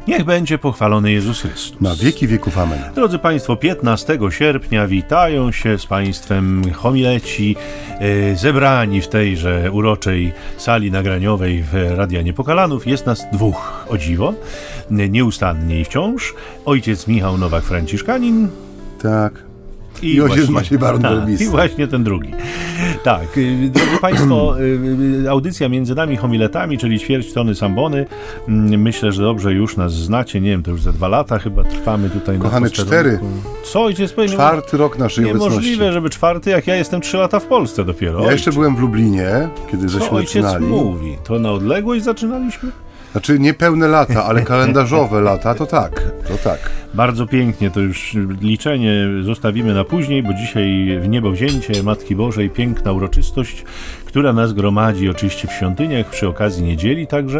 Niech będzie pochwalony Jezus Chrystus. Na wieki wieków. Amen. Drodzy Państwo, 15 sierpnia witają się z Państwem homileci zebrani w tejże uroczej sali nagraniowej w Radia Niepokalanów. Jest nas dwóch, o dziwo, nieustannie i wciąż. Ojciec Michał Nowak-Franciszkanin. Tak. I ojciec Maciej Baron-Werbista. I właśnie ten drugi. Tak, drodzy Państwo, audycja między nami homiletami, czyli ćwierć tony sambony. Myślę, że dobrze już nas znacie. Nie wiem, to już za 2 lata chyba trwamy tutaj. Kochany, 4. Co ojciec powiedział? 4. rok naszej obecności. Niemożliwe, żeby 4, jak ja jestem 3 lata w Polsce dopiero. Ja jeszcze byłem w Lublinie, kiedy żeśmy zaczynali. Ojciec mówi? To na odległość zaczynaliśmy? Znaczy niepełne lata, ale kalendarzowe lata, to tak. Bardzo pięknie, to już liczenie zostawimy na później, bo dzisiaj w niebowzięcie Matki Bożej, piękna uroczystość, która nas gromadzi oczywiście w świątyniach przy okazji niedzieli także.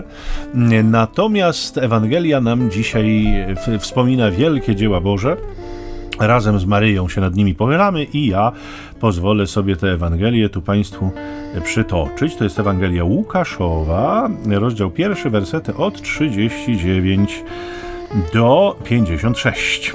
Natomiast Ewangelia nam dzisiaj wspomina wielkie dzieła Boże. Razem z Maryją się nad nimi pochylamy i ja pozwolę sobie tę Ewangelię tu Państwu przytoczyć. To jest Ewangelia Łukaszowa, rozdział 1, wersety od 39 do 56.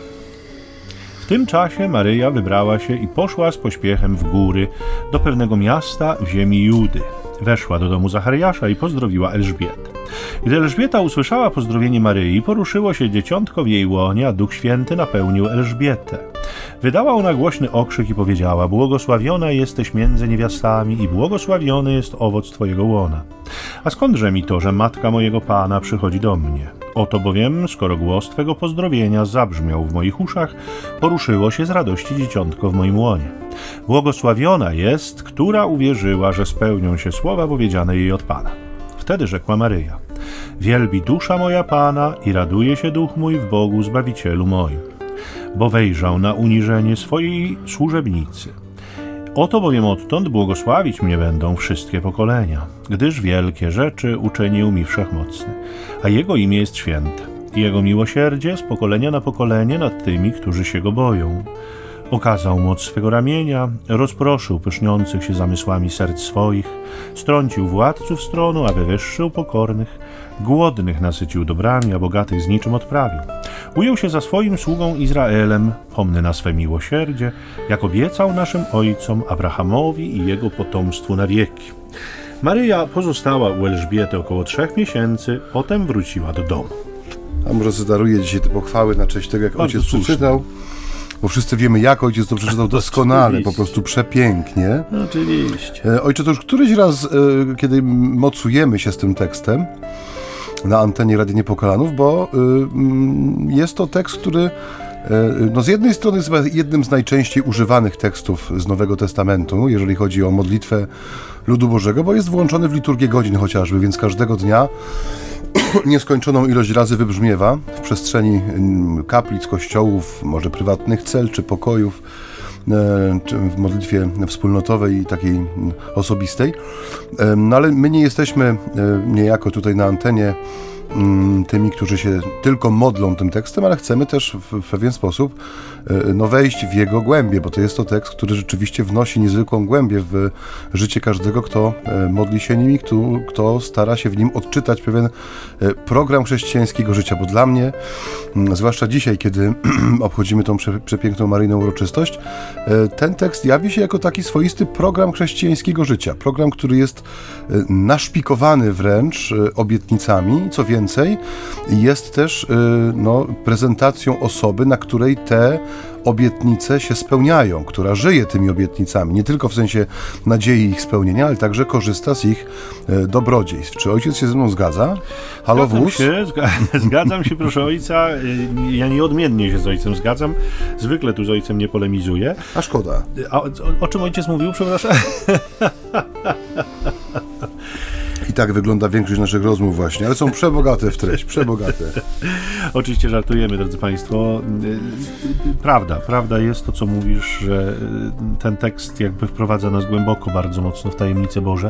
W tym czasie Maryja wybrała się i poszła z pośpiechem w góry do pewnego miasta w ziemi Judy. Weszła do domu Zachariasza i pozdrowiła Elżbietę. Gdy Elżbieta usłyszała pozdrowienie Maryi, poruszyło się dzieciątko w jej łonie, a Duch Święty napełnił Elżbietę. Wydała ona głośny okrzyk i powiedziała: błogosławiona jesteś między niewiastami i błogosławiony jest owoc twojego łona. A skądże mi to, że matka mojego Pana przychodzi do mnie? Oto bowiem, skoro głos twego pozdrowienia zabrzmiał w moich uszach, poruszyło się z radości dzieciątko w moim łonie. Błogosławiona jest, która uwierzyła, że spełnią się słowa powiedziane jej od Pana. Wtedy rzekła Maryja: wielbi dusza moja Pana i raduje się duch mój w Bogu Zbawicielu moim, bo wejrzał na uniżenie swojej służebnicy. Oto bowiem odtąd błogosławić mnie będą wszystkie pokolenia, gdyż wielkie rzeczy uczynił mi Wszechmocny, a Jego imię jest święte i Jego miłosierdzie z pokolenia na pokolenie nad tymi, którzy się Go boją. Okazał moc swego ramienia, rozproszył pyszniących się zamysłami serc swoich, strącił władców stronu, a wywyższył pokornych, głodnych nasycił dobrami, a bogatych z niczym odprawił. Ujął się za swoim sługą Izraelem, pomny na swe miłosierdzie, jak obiecał naszym ojcom Abrahamowi i jego potomstwu na wieki. Maryja pozostała u Elżbiety około 3 miesięcy, potem wróciła do domu. A może zadaruję dzisiaj te pochwały na cześć tego, jak bardzo ojciec przeczytał. Bo wszyscy wiemy, jak ojciec to przeczytał doskonale, po prostu przepięknie. Oczywiście. Ojcze, to już któryś raz, kiedy mocujemy się z tym tekstem na antenie Radia Niepokalanów, bo jest to tekst, który z jednej strony jest jednym z najczęściej używanych tekstów z Nowego Testamentu, jeżeli chodzi o modlitwę ludu Bożego, bo jest włączony w liturgię godzin chociażby, więc każdego dnia nieskończoną ilość razy wybrzmiewa w przestrzeni kaplic, kościołów, może prywatnych cel czy pokojów, czy w modlitwie wspólnotowej i takiej osobistej. No ale my nie jesteśmy niejako tutaj na antenie tymi, którzy się tylko modlą tym tekstem, ale chcemy też w pewien sposób wejść w jego głębię, bo to jest to tekst, który rzeczywiście wnosi niezwykłą głębię w życie każdego, kto modli się nim i kto stara się w nim odczytać pewien program chrześcijańskiego życia, bo dla mnie, zwłaszcza dzisiaj, kiedy obchodzimy tą przepiękną maryjną uroczystość, ten tekst jawi się jako taki swoisty program chrześcijańskiego życia. Program, który jest naszpikowany wręcz obietnicami, co więcej, jest też prezentacją osoby, na której te obietnice się spełniają, która żyje tymi obietnicami, nie tylko w sensie nadziei ich spełnienia, ale także korzysta z ich dobrodziejstw. Czy ojciec się ze mną zgadza? Halo, wóz? Zgadzam się, proszę ojca. Ja nieodmiennie się z ojcem zgadzam. Zwykle tu z ojcem nie polemizuję. A szkoda. O czym ojciec mówił, przepraszam? I tak wygląda większość naszych rozmów właśnie, ale są przebogate w treść, przebogate. Oczywiście żartujemy, drodzy Państwo. Prawda jest to, co mówisz, że ten tekst jakby wprowadza nas głęboko, bardzo mocno w tajemnice Boże.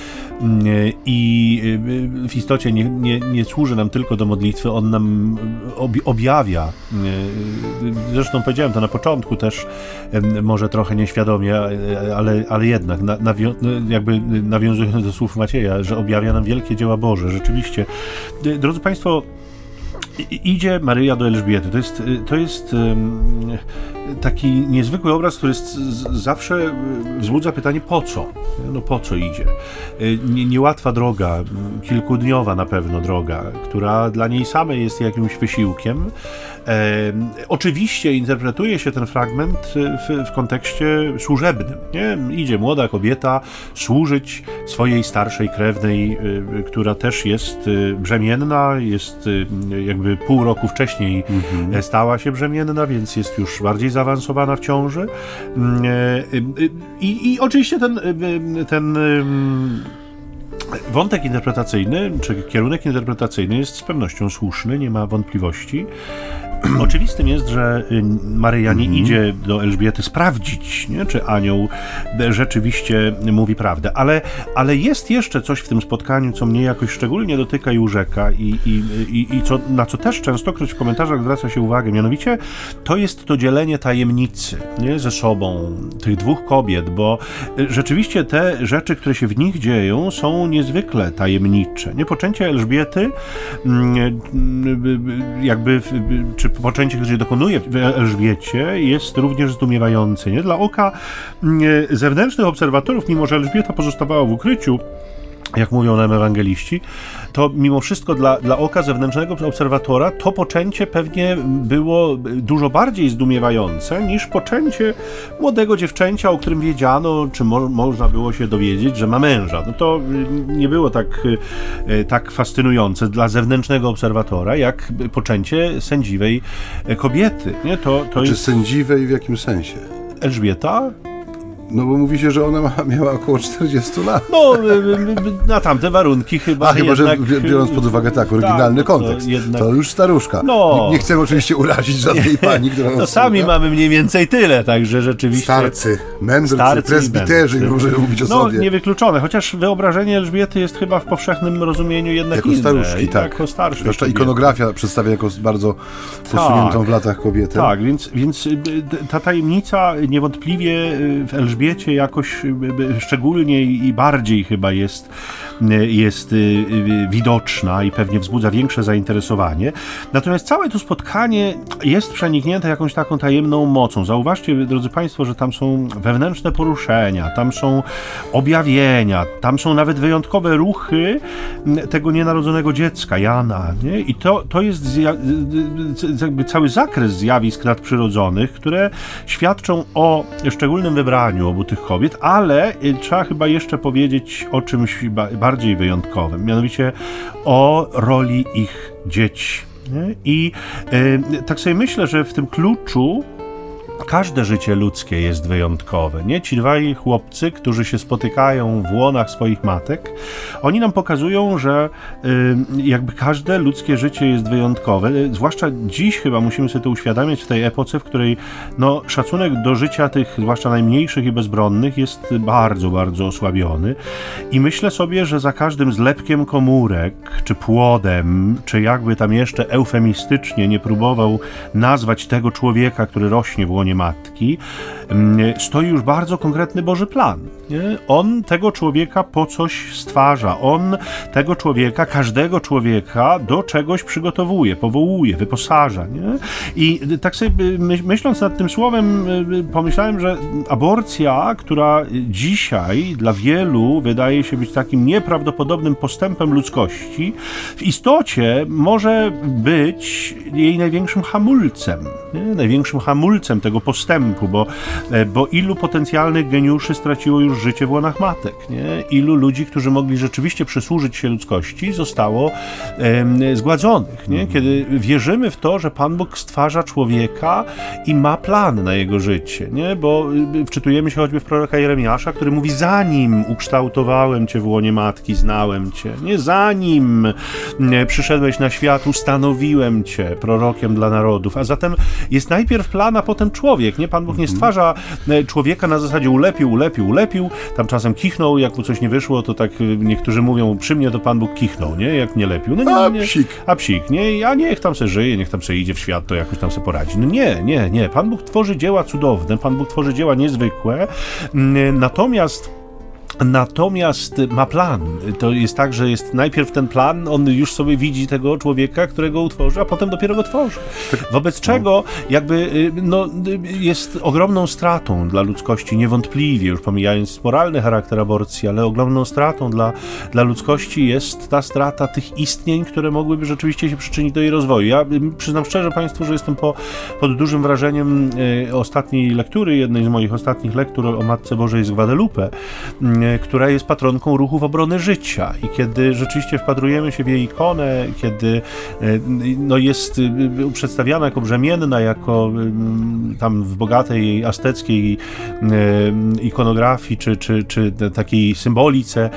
I w istocie nie służy nam tylko do modlitwy, on nam objawia. Zresztą powiedziałem to na początku też, może trochę nieświadomie, ale jednak jakby nawiązując do słów Macieja, że objawia nam wielkie dzieła Boże. Rzeczywiście, drodzy Państwo, idzie Maryja do Elżbiety. To jest taki niezwykły obraz, który zawsze wzbudza pytanie, po co? No po co idzie? Niełatwa droga, kilkudniowa na pewno droga, która dla niej samej jest jakimś wysiłkiem. Oczywiście interpretuje się ten fragment w kontekście służebnym. Nie? Idzie młoda kobieta służyć swojej starszej krewnej, która też jest brzemienna, jest jakby pół roku wcześniej stała się brzemienna, więc jest już bardziej zaawansowana w ciąży. I oczywiście ten wątek interpretacyjny, czy kierunek interpretacyjny jest z pewnością słuszny, nie ma wątpliwości. Oczywistym jest, że Maryja nie idzie do Elżbiety sprawdzić, nie? Czy anioł rzeczywiście mówi prawdę. Ale jest jeszcze coś w tym spotkaniu, co mnie jakoś szczególnie dotyka i urzeka i na co też częstokroć w komentarzach zwraca się uwagę. Mianowicie to jest to dzielenie tajemnicy, nie? Ze sobą tych dwóch kobiet, bo rzeczywiście te rzeczy, które się w nich dzieją, są niezwykle tajemnicze. Nie? Poczęcie Elżbiety czy poczęcie, które się dokonuje w Elżbiecie, jest również zdumiewające. Nie? Dla oka zewnętrznych obserwatorów, mimo że Elżbieta pozostawała w ukryciu, jak mówią nam ewangeliści, to mimo wszystko dla oka zewnętrznego obserwatora to poczęcie pewnie było dużo bardziej zdumiewające niż poczęcie młodego dziewczęcia, o którym wiedziano, czy można było się dowiedzieć, że ma męża. No to nie było tak fascynujące dla zewnętrznego obserwatora, jak poczęcie sędziwej kobiety. Nie? Czy sędziwej w jakim sensie? Elżbieta? No bo mówi się, że ona miała około 40 lat. No, na tamte warunki chyba chyba, że biorąc pod uwagę oryginalny kontekst, to już staruszka. No, nie chcemy oczywiście urazić żadnej pani, która nas sami mamy mniej więcej tyle, także rzeczywiście... Starcy, mędrcy, prezbiterzy, możemy mówić o sobie. No, niewykluczone, chociaż wyobrażenie Elżbiety jest chyba w powszechnym rozumieniu jednak jako inne. Staruszki, tak. Jako starszej. Zwłaszcza ikonografia przedstawia jako bardzo posuniętą w latach kobietę. Tak, więc ta tajemnica niewątpliwie w Elżbiecie jakoś szczególnie i bardziej chyba jest widoczna i pewnie wzbudza większe zainteresowanie. Natomiast całe to spotkanie jest przeniknięte jakąś taką tajemną mocą. Zauważcie, drodzy Państwo, że tam są wewnętrzne poruszenia, tam są objawienia, tam są nawet wyjątkowe ruchy tego nienarodzonego dziecka, Jana. Nie? I to jest jakby cały zakres zjawisk nadprzyrodzonych, które świadczą o szczególnym wybraniu obu tych kobiet, ale trzeba chyba jeszcze powiedzieć o czymś bardziej wyjątkowym, mianowicie o roli ich dzieci. Nie? I tak sobie myślę, że w tym kluczu każde życie ludzkie jest wyjątkowe. Nie? Ci dwaj chłopcy, którzy się spotykają w łonach swoich matek, oni nam pokazują, że jakby każde ludzkie życie jest wyjątkowe. Zwłaszcza dziś chyba musimy sobie to uświadamiać w tej epoce, w której szacunek do życia tych, zwłaszcza najmniejszych i bezbronnych, jest bardzo, bardzo osłabiony. I myślę sobie, że za każdym zlepkiem komórek, czy płodem, czy jakby tam jeszcze eufemistycznie nie próbował nazwać tego człowieka, który rośnie w łonie matki, stoi już bardzo konkretny Boży plan. Nie? On tego człowieka po coś stwarza. On tego człowieka, każdego człowieka do czegoś przygotowuje, powołuje, wyposaża. Nie? I tak sobie myśląc nad tym słowem, pomyślałem, że aborcja, która dzisiaj dla wielu wydaje się być takim nieprawdopodobnym postępem ludzkości, w istocie może być jej największym hamulcem. Nie? Największym hamulcem tego postępu, bo ilu potencjalnych geniuszy straciło już życie w łonach matek, nie? Ilu ludzi, którzy mogli rzeczywiście przysłużyć się ludzkości, zostało zgładzonych, nie? Kiedy wierzymy w to, że Pan Bóg stwarza człowieka i ma plan na jego życie, nie? Bo wczytujemy się choćby w proroka Jeremiasza, który mówi: zanim ukształtowałem cię w łonie matki, znałem cię, nie? Zanim przyszedłeś na świat, ustanowiłem cię prorokiem dla narodów, a zatem jest najpierw plan, a potem człowiek, nie? Pan Bóg nie stwarza człowieka na zasadzie ulepił, tam czasem kichnął, jak mu coś nie wyszło, to tak niektórzy mówią, przy mnie to Pan Bóg kichnął, nie? Jak nie lepił. No nie, a psik, nie? A niech tam se żyje, niech tam se idzie w świat, to jakoś tam se poradzi. No nie. Pan Bóg tworzy dzieła cudowne, Pan Bóg tworzy dzieła niezwykłe, natomiast Natomiast ma plan. To jest tak, że jest najpierw ten plan, on już sobie widzi tego człowieka, którego utworzy, a potem dopiero go tworzy. Wobec czego jakby jest ogromną stratą dla ludzkości, niewątpliwie, już pomijając moralny charakter aborcji, ale ogromną stratą dla ludzkości jest ta strata tych istnień, które mogłyby rzeczywiście się przyczynić do jej rozwoju. Ja przyznam szczerze Państwu, że jestem pod dużym wrażeniem ostatniej lektury, jednej z moich ostatnich lektur o Matce Bożej z Guadalupe, która jest patronką ruchów obrony życia i kiedy rzeczywiście wpatrujemy się w jej ikonę, kiedy jest przedstawiana jako brzemienna, jako tam w bogatej azteckiej ikonografii czy takiej symbolice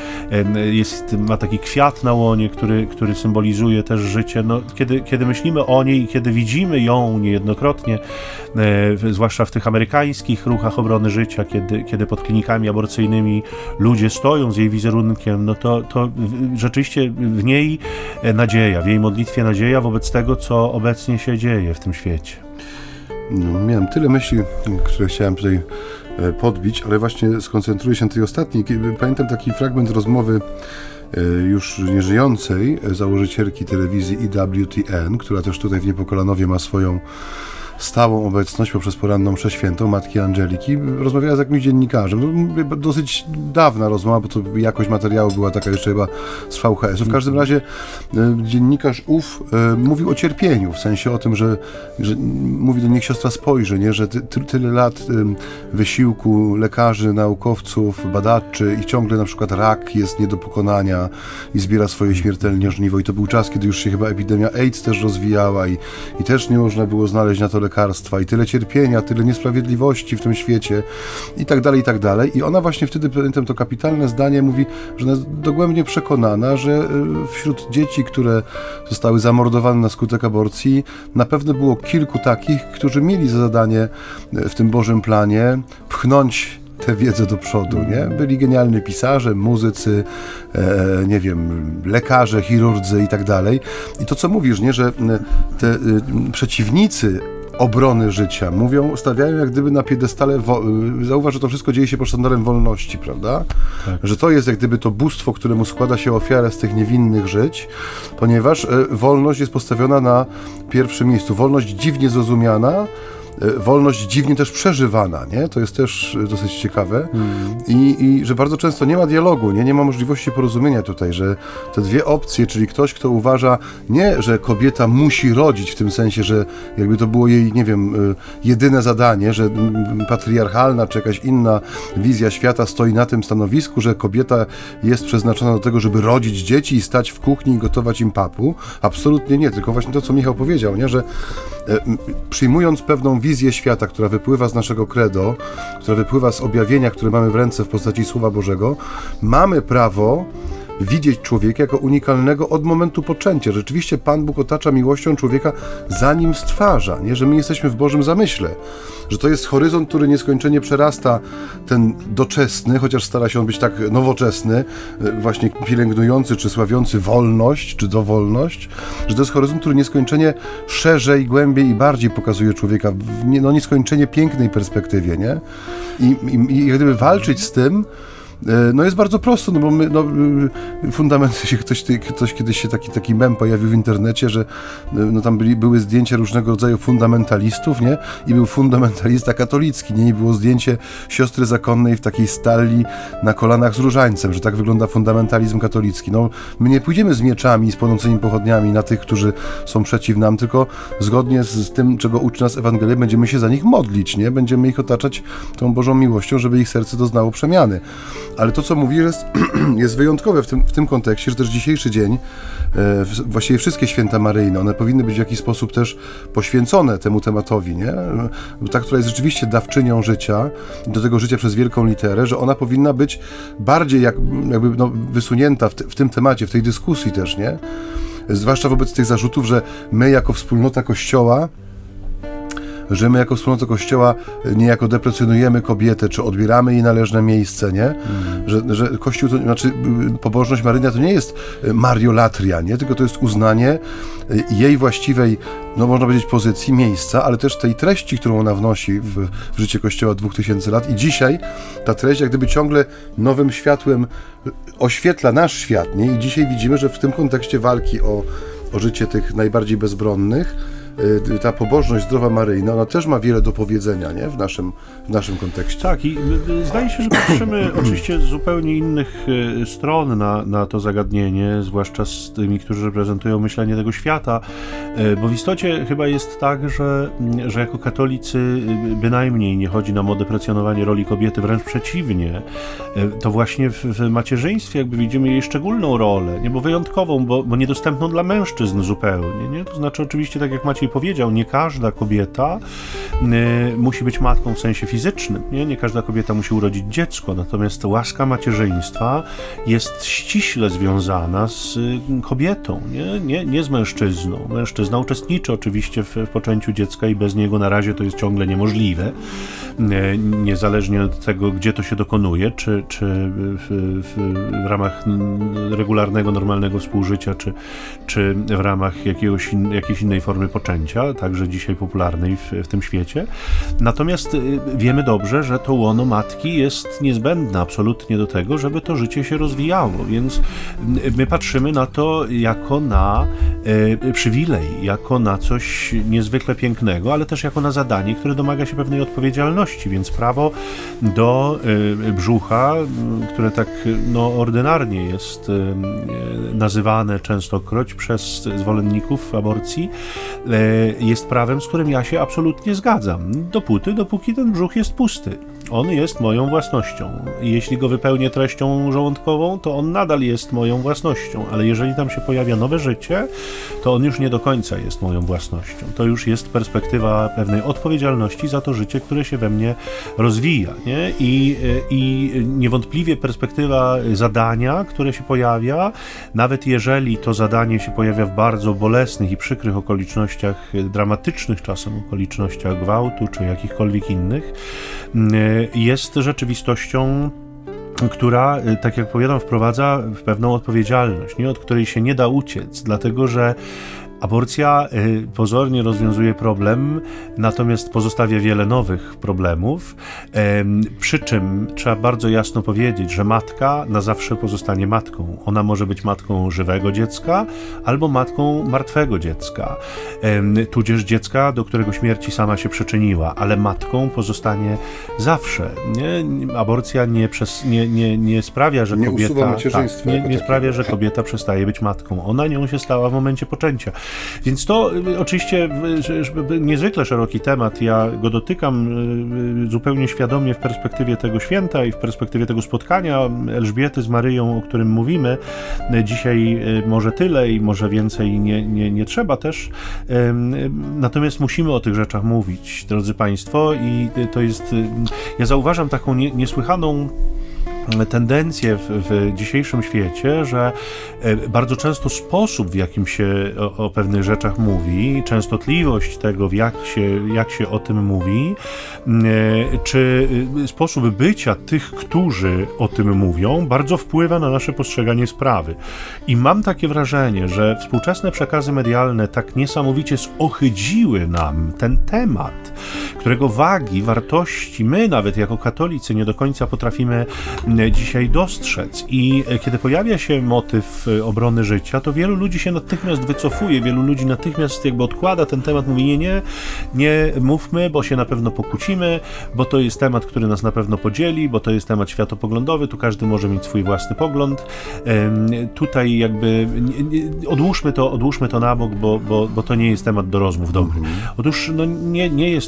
ma taki kwiat na łonie, który symbolizuje też życie. Kiedy myślimy o niej i kiedy widzimy ją niejednokrotnie, zwłaszcza w tych amerykańskich ruchach obrony życia, kiedy pod klinikami aborcyjnymi ludzie stoją z jej wizerunkiem, to rzeczywiście w niej nadzieja, w jej modlitwie nadzieja wobec tego, co obecnie się dzieje w tym świecie. Miałem tyle myśli, które chciałem tutaj podbić, ale właśnie skoncentruję się na tej ostatniej. Pamiętam taki fragment rozmowy już nieżyjącej założycielki telewizji EWTN, która też tutaj w Niepokalanowie ma swoją stałą obecność poprzez poranną mszę świętą matki Angeliki. Rozmawiała z jakimś dziennikarzem. Dosyć dawna rozmowa, bo to jakość materiału była taka jeszcze chyba z VHS-u. W każdym razie dziennikarz ów mówił o cierpieniu, w sensie o tym, że mówi do niech siostra spojrzy, nie? Że tyle lat wysiłku lekarzy, naukowców, badaczy i ciągle na przykład rak jest nie do pokonania i zbiera swoje śmiertelne żniwo. I to był czas, kiedy już się chyba epidemia AIDS też rozwijała i też nie można było znaleźć na to lekarstwa i tyle cierpienia, tyle niesprawiedliwości w tym świecie i tak dalej, i tak dalej. I ona właśnie wtedy, pamiętam to kapitalne zdanie, mówi, że ona jest dogłębnie przekonana, że wśród dzieci, które zostały zamordowane na skutek aborcji, na pewno było kilku takich, którzy mieli za zadanie w tym Bożym planie pchnąć tę wiedzę do przodu, nie? Byli genialni pisarze, muzycy, nie wiem, lekarze, chirurdzy i tak dalej. I to, co mówisz, nie? Że te przeciwnicy obrony życia stawiają jak gdyby na piedestale, zauważ, że to wszystko dzieje się pod sztandarem wolności, prawda? Tak. Że to jest jak gdyby to bóstwo, któremu składa się ofiarę z tych niewinnych żyć, ponieważ wolność jest postawiona na pierwszym miejscu. Wolność dziwnie zrozumiana, wolność dziwnie też przeżywana, nie? To jest też dosyć ciekawe. I że bardzo często nie ma dialogu, nie ma możliwości porozumienia tutaj, że te dwie opcje, czyli ktoś, kto uważa nie, że kobieta musi rodzić w tym sensie, że jakby to było jej, nie wiem, jedyne zadanie, że patriarchalna czy jakaś inna wizja świata stoi na tym stanowisku, że kobieta jest przeznaczona do tego, żeby rodzić dzieci i stać w kuchni i gotować im papu. Absolutnie nie, tylko właśnie to, co Michał powiedział, nie? Że przyjmując pewną wizję świata, która wypływa z naszego credo, która wypływa z objawienia, które mamy w ręce w postaci Słowa Bożego, mamy prawo widzieć człowieka jako unikalnego od momentu poczęcia. Rzeczywiście Pan Bóg otacza miłością człowieka, zanim stwarza, nie? Że my jesteśmy w Bożym zamyśle, że to jest horyzont, który nieskończenie przerasta ten doczesny, chociaż stara się on być tak nowoczesny, właśnie pielęgnujący czy sławiący wolność, czy dowolność, że to jest horyzont, który nieskończenie szerzej, głębiej i bardziej pokazuje człowieka w nieskończenie pięknej perspektywie, nie? I jak gdyby walczyć z tym, jest bardzo prosto, bo my, fundamenty się ktoś kiedyś się taki mem pojawił w internecie, że tam były zdjęcia różnego rodzaju fundamentalistów, nie? I był fundamentalista katolicki, nie? I było zdjęcie siostry zakonnej w takiej stalli na kolanach z różańcem, że tak wygląda fundamentalizm katolicki. My nie pójdziemy z mieczami i z płonącymi pochodniami na tych, którzy są przeciw nam, tylko zgodnie z tym, czego uczy nas Ewangelia, będziemy się za nich modlić, nie? Będziemy ich otaczać tą Bożą miłością, żeby ich serce doznało przemiany. Ale to, co mówisz, jest wyjątkowe w tym kontekście, że też dzisiejszy dzień, właściwie wszystkie święta maryjne, one powinny być w jakiś sposób też poświęcone temu tematowi, nie? Ta, która jest rzeczywiście dawczynią życia, do tego życia przez wielką literę, że ona powinna być bardziej wysunięta w tym temacie, w tej dyskusji też, nie? Zwłaszcza wobec tych zarzutów, że my jako wspólnota Kościoła że my jako wspólnota Kościoła niejako deprecjonujemy kobietę, czy odbieramy jej należne miejsce, nie? Że Kościół, to znaczy pobożność maryjna to nie jest mariolatria, nie? Tylko to jest uznanie jej właściwej, no można powiedzieć, pozycji, miejsca, ale też tej treści, którą ona wnosi w życie Kościoła 2000 lat. I dzisiaj ta treść jak gdyby ciągle nowym światłem oświetla nasz świat, nie? I dzisiaj widzimy, że w tym kontekście walki o życie tych najbardziej bezbronnych, ta pobożność zdrowa maryjna, ona też ma wiele do powiedzenia, nie? W naszym kontekście. Tak, i zdaje się, że patrzymy oczywiście z zupełnie innych stron na to zagadnienie, zwłaszcza z tymi, którzy reprezentują myślenie tego świata, bo w istocie chyba jest tak, że jako katolicy bynajmniej nie chodzi nam o deprecjonowanie roli kobiety, wręcz przeciwnie. To właśnie w macierzyństwie jakby widzimy jej szczególną rolę, nie? Bo wyjątkową, bo niedostępną dla mężczyzn zupełnie, nie? To znaczy oczywiście, tak jak Maciej powiedział, nie każda kobieta musi być matką w sensie fizycznym, nie każda kobieta musi urodzić dziecko, natomiast łaska macierzyństwa jest ściśle związana z kobietą, nie z mężczyzną. Mężczyzna uczestniczy oczywiście w poczęciu dziecka i bez niego na razie to jest ciągle niemożliwe, niezależnie od tego, gdzie to się dokonuje, czy w ramach regularnego, normalnego współżycia, czy w ramach jakiejś innej formy poczęcia, także dzisiaj popularnej w tym świecie. Natomiast wiemy dobrze, że to łono matki jest niezbędne absolutnie do tego, żeby to życie się rozwijało, więc my patrzymy na to jako na przywilej, jako na coś niezwykle pięknego, ale też jako na zadanie, które domaga się pewnej odpowiedzialności, więc prawo do brzucha, które tak ordynarnie jest nazywane częstokroć przez zwolenników aborcji, jest prawem, z którym ja się absolutnie zgadzam. Dopóki ten brzuch jest pusty. On jest moją własnością. I jeśli go wypełnię treścią żołądkową, to on nadal jest moją własnością. Ale jeżeli tam się pojawia nowe życie, to on już nie do końca jest moją własnością. To już jest perspektywa pewnej odpowiedzialności za to życie, które się we mnie rozwija, nie? I niewątpliwie perspektywa zadania, które się pojawia, nawet jeżeli to zadanie się pojawia w bardzo bolesnych i przykrych okolicznościach, dramatycznych czasem okolicznościach gwałtu, czy jakichkolwiek innych, jest rzeczywistością, która, tak jak powiadam, wprowadza pewną odpowiedzialność, nie? Od której się nie da uciec, dlatego że aborcja pozornie rozwiązuje problem, natomiast pozostawia wiele nowych problemów, przy czym trzeba bardzo jasno powiedzieć, że matka na zawsze pozostanie matką. Ona może być matką żywego dziecka albo matką martwego dziecka, tudzież dziecka, do którego śmierci sama się przyczyniła, ale matką pozostanie zawsze. Nie? Aborcja nie sprawia, że kobieta sprawia, że kobieta przestaje być matką. Ona nią się stała w momencie poczęcia. Więc to oczywiście niezwykle szeroki temat. Ja go dotykam zupełnie świadomie w perspektywie tego święta i w perspektywie tego spotkania Elżbiety z Maryją, o którym mówimy. Dzisiaj może tyle i może więcej nie trzeba też. Natomiast musimy o tych rzeczach mówić, drodzy Państwo, i to jest... Ja zauważam taką niesłychaną tendencję w dzisiejszym świecie, że bardzo często sposób, w jakim się o pewnych rzeczach mówi, częstotliwość tego, jak się o tym mówi, czy sposób bycia tych, którzy o tym mówią, bardzo wpływa na nasze postrzeganie sprawy. I mam takie wrażenie, że współczesne przekazy medialne tak niesamowicie zohydziły nam ten temat, którego wagi, wartości my nawet jako katolicy nie do końca potrafimy dzisiaj dostrzec. I kiedy pojawia się motyw obrony życia, to wielu ludzi się natychmiast wycofuje, wielu ludzi natychmiast jakby odkłada ten temat, mówi nie mówmy, bo się na pewno pokłócimy, bo to jest temat, który nas na pewno podzieli, bo to jest temat światopoglądowy, tu każdy może mieć swój własny pogląd. Tutaj jakby odłóżmy to na bok, bo to nie jest temat do rozmów dobrych. Otóż nie jest to właściwe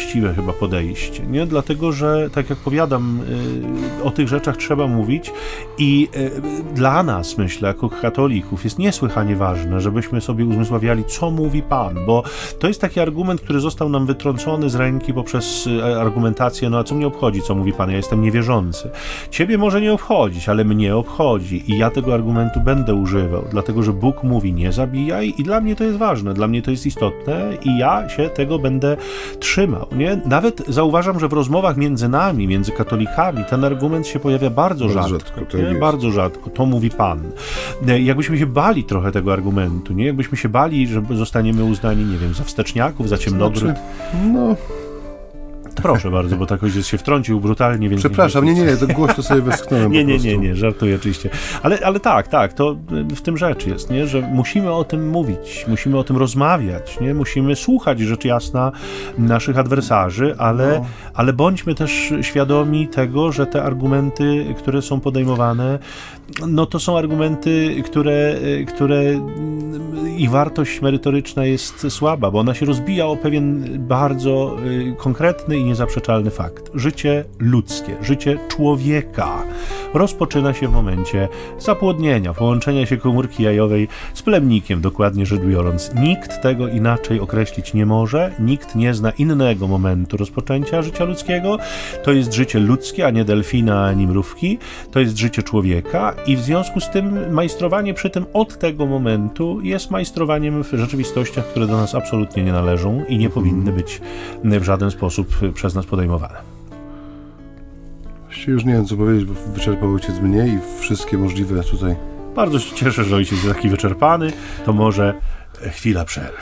właściwe chyba podejście, nie? Dlatego, że tak jak powiadam, o tych rzeczach trzeba mówić i dla nas, myślę, jako katolików jest niesłychanie ważne, żebyśmy sobie uzmysławiali, co mówi Pan, bo to jest taki argument, który został nam wytrącony z ręki poprzez argumentację, no a co mnie obchodzi, co mówi Pan, ja jestem niewierzący. Ciebie może nie obchodzić, ale mnie obchodzi i ja tego argumentu będę używał, dlatego, że Bóg mówi nie zabijaj i dla mnie to jest ważne, dla mnie to jest istotne i ja się tego będę trzymał, nie? Nawet zauważam, że w rozmowach między nami, między katolikami, ten argument się pojawia bardzo rzadko, nie? Bardzo rzadko. To mówi Pan. Jakbyśmy się bali trochę tego argumentu, nie? Jakbyśmy się bali, że zostaniemy uznani, nie wiem, za wsteczniaków, za ciemnogród. No... Proszę bardzo, bo tak ojciec się wtrącił brutalnie, więc... Przepraszam, nie, to głośno sobie westchnąłem. Nie, żartuję oczywiście. Ale tak, to w tym rzecz jest, nie? Że musimy o tym mówić, musimy o tym rozmawiać, nie? Musimy słuchać rzecz jasna naszych adwersarzy, ale bądźmy też świadomi tego, że te argumenty, które są podejmowane, no to są argumenty, które ich wartość merytoryczna jest słaba, bo ona się rozbija o pewien bardzo konkretny i niezaprzeczalny fakt. Życie ludzkie, życie człowieka rozpoczyna się w momencie zapłodnienia, połączenia się komórki jajowej z plemnikiem, dokładnie rzecz biorąc. Nikt tego inaczej określić nie może, nikt nie zna innego momentu rozpoczęcia życia ludzkiego. To jest życie ludzkie, a nie delfina, ani mrówki. To jest życie człowieka i w związku z tym majstrowanie przy tym od tego momentu jest majstrowaniem w rzeczywistościach, które do nas absolutnie nie należą i nie powinny być w żaden sposób przez nas podejmowane. Właściwie już nie wiem, co powiedzieć, bo wyczerpał ojciec mnie i wszystkie możliwe tutaj... Bardzo się cieszę, że ojciec jest taki wyczerpany, to może chwila przerwy.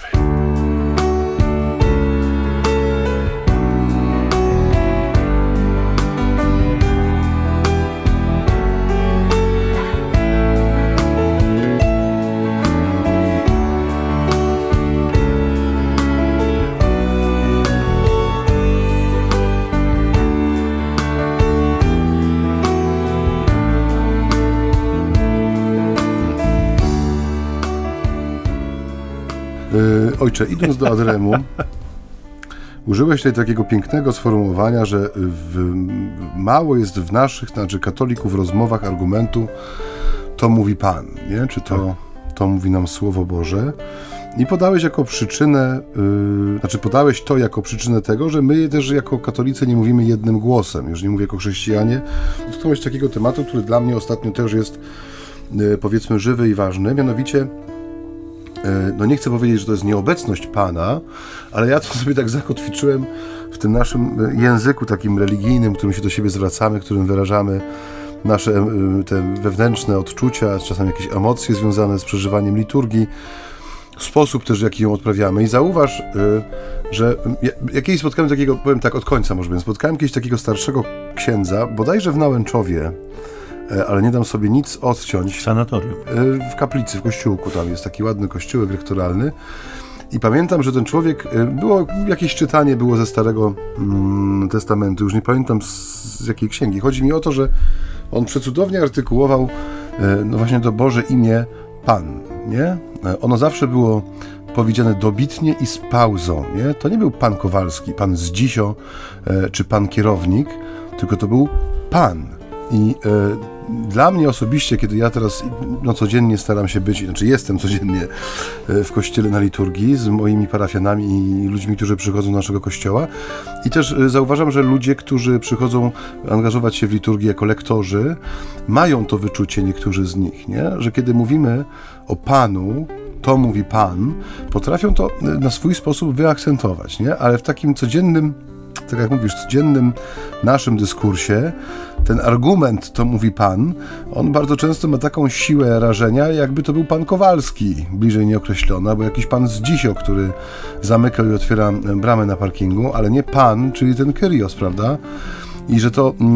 Ojcze, idąc do Adremu, użyłeś tutaj takiego pięknego sformułowania, że mało jest w naszych, znaczy katolików, rozmowach argumentu, to mówi Pan, nie? Czy to mówi nam Słowo Boże. I podałeś jako przyczynę, podałeś to jako przyczynę tego, że my też jako katolicy nie mówimy jednym głosem. Już nie mówię jako chrześcijanie. Dotknąłeś takiego tematu, który dla mnie ostatnio też jest, powiedzmy, żywy i ważny, mianowicie no nie chcę powiedzieć, że to jest nieobecność Pana, ale ja to sobie tak zakotwiczyłem w tym naszym języku takim religijnym, którym się do siebie zwracamy, którym wyrażamy nasze te wewnętrzne odczucia, czasem jakieś emocje związane z przeżywaniem liturgii, sposób też, w jaki ją odprawiamy. I zauważ, że ja kiedyś spotkałem takiego, powiem tak od końca może, spotkałem kiedyś takiego starszego księdza, bodajże w Nałęczowie, ale nie dam sobie nic odciąć. W sanatorium. W kaplicy, w kościółku, tam jest taki ładny kościółek rektoralny. I pamiętam, że ten człowiek, było jakieś czytanie było ze Starego Testamentu, już nie pamiętam z jakiej księgi. Chodzi mi o to, że on przecudownie artykułował no właśnie to Boże imię Pan, nie? Ono zawsze było powiedziane dobitnie i z pauzą, nie? To nie był pan Kowalski, pan Zdzisio czy pan kierownik, tylko to był Pan. I dla mnie osobiście, kiedy ja teraz codziennie staram się być, znaczy jestem codziennie w kościele na liturgii z moimi parafianami i ludźmi, którzy przychodzą do naszego kościoła, i też zauważam, że ludzie, którzy przychodzą angażować się w liturgię jako lektorzy, mają to wyczucie, niektórzy z nich, nie? Że kiedy mówimy o Panu, to mówi Pan, potrafią to na swój sposób wyakcentować, nie? Ale w takim codziennym, tak jak mówisz, codziennym naszym dyskursie ten argument, to mówi Pan, on bardzo często ma taką siłę rażenia, jakby to był pan Kowalski, bliżej nieokreślony, albo jakiś pan Zdzisio, który zamyka i otwiera bramę na parkingu, ale nie Pan, czyli ten Kyrios, prawda? I że to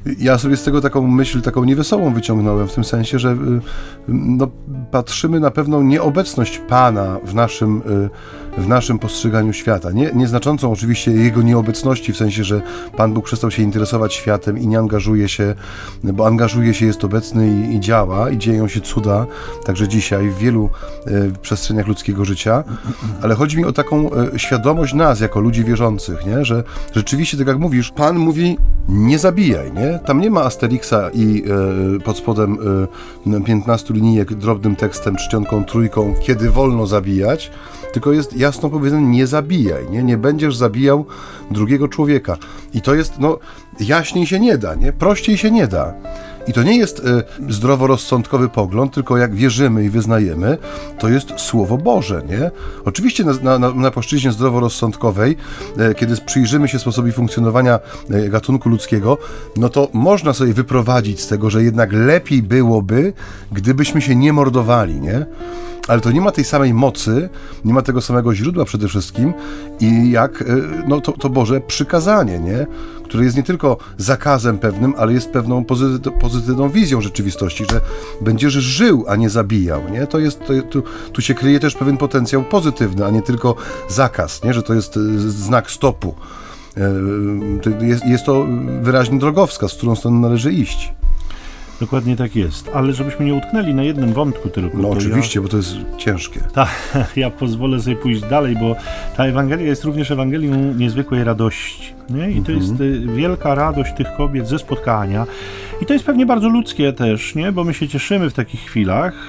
Ja sobie z tego taką myśl, taką niewesołą wyciągnąłem, w tym sensie, że no, patrzymy na pewną nieobecność Pana w naszym postrzeganiu świata. Nieznaczącą oczywiście jego nieobecności, w sensie, że Pan Bóg przestał się interesować światem i nie angażuje się, bo angażuje się, jest obecny i działa, i dzieją się cuda, także dzisiaj w wielu przestrzeniach ludzkiego życia, ale chodzi mi o taką świadomość nas, jako ludzi wierzących, nie? Że rzeczywiście, tak jak mówisz, Pan mówi, nie zabijaj, nie? Tam nie ma Asterixa i pod spodem 15 linijek drobnym tekstem, czcionką, trójką, kiedy wolno zabijać, tylko jest jasno powiedziane, nie zabijaj, nie będziesz zabijał drugiego człowieka. I to jest, no, jaśniej się nie da, nie? Prościej się nie da. I to nie jest zdroworozsądkowy pogląd, tylko jak wierzymy i wyznajemy, to jest Słowo Boże, nie? Oczywiście na płaszczyźnie zdroworozsądkowej, kiedy przyjrzymy się sposobowi funkcjonowania gatunku ludzkiego, no to można sobie wyprowadzić z tego, że jednak lepiej byłoby, gdybyśmy się nie mordowali, nie? Ale to nie ma tej samej mocy, nie ma tego samego źródła przede wszystkim i jak no, to Boże przykazanie, nie? Które jest nie tylko zakazem pewnym, ale jest pewną pozytywną wizją rzeczywistości, że będziesz żył, a nie zabijał, nie? Tu się kryje też pewien potencjał pozytywny, a nie tylko zakaz, nie? Że to jest znak stopu. Jest to wyraźny drogowskaz, w którą stronę należy iść. Dokładnie tak jest, ale żebyśmy nie utknęli na jednym wątku tylko. No oczywiście, bo to jest ciężkie. Tak, ja pozwolę sobie pójść dalej, bo ta Ewangelia jest również Ewangelią niezwykłej radości, nie? I to jest wielka radość tych kobiet ze spotkania. I to jest pewnie bardzo ludzkie też, nie? Bo my się cieszymy w takich chwilach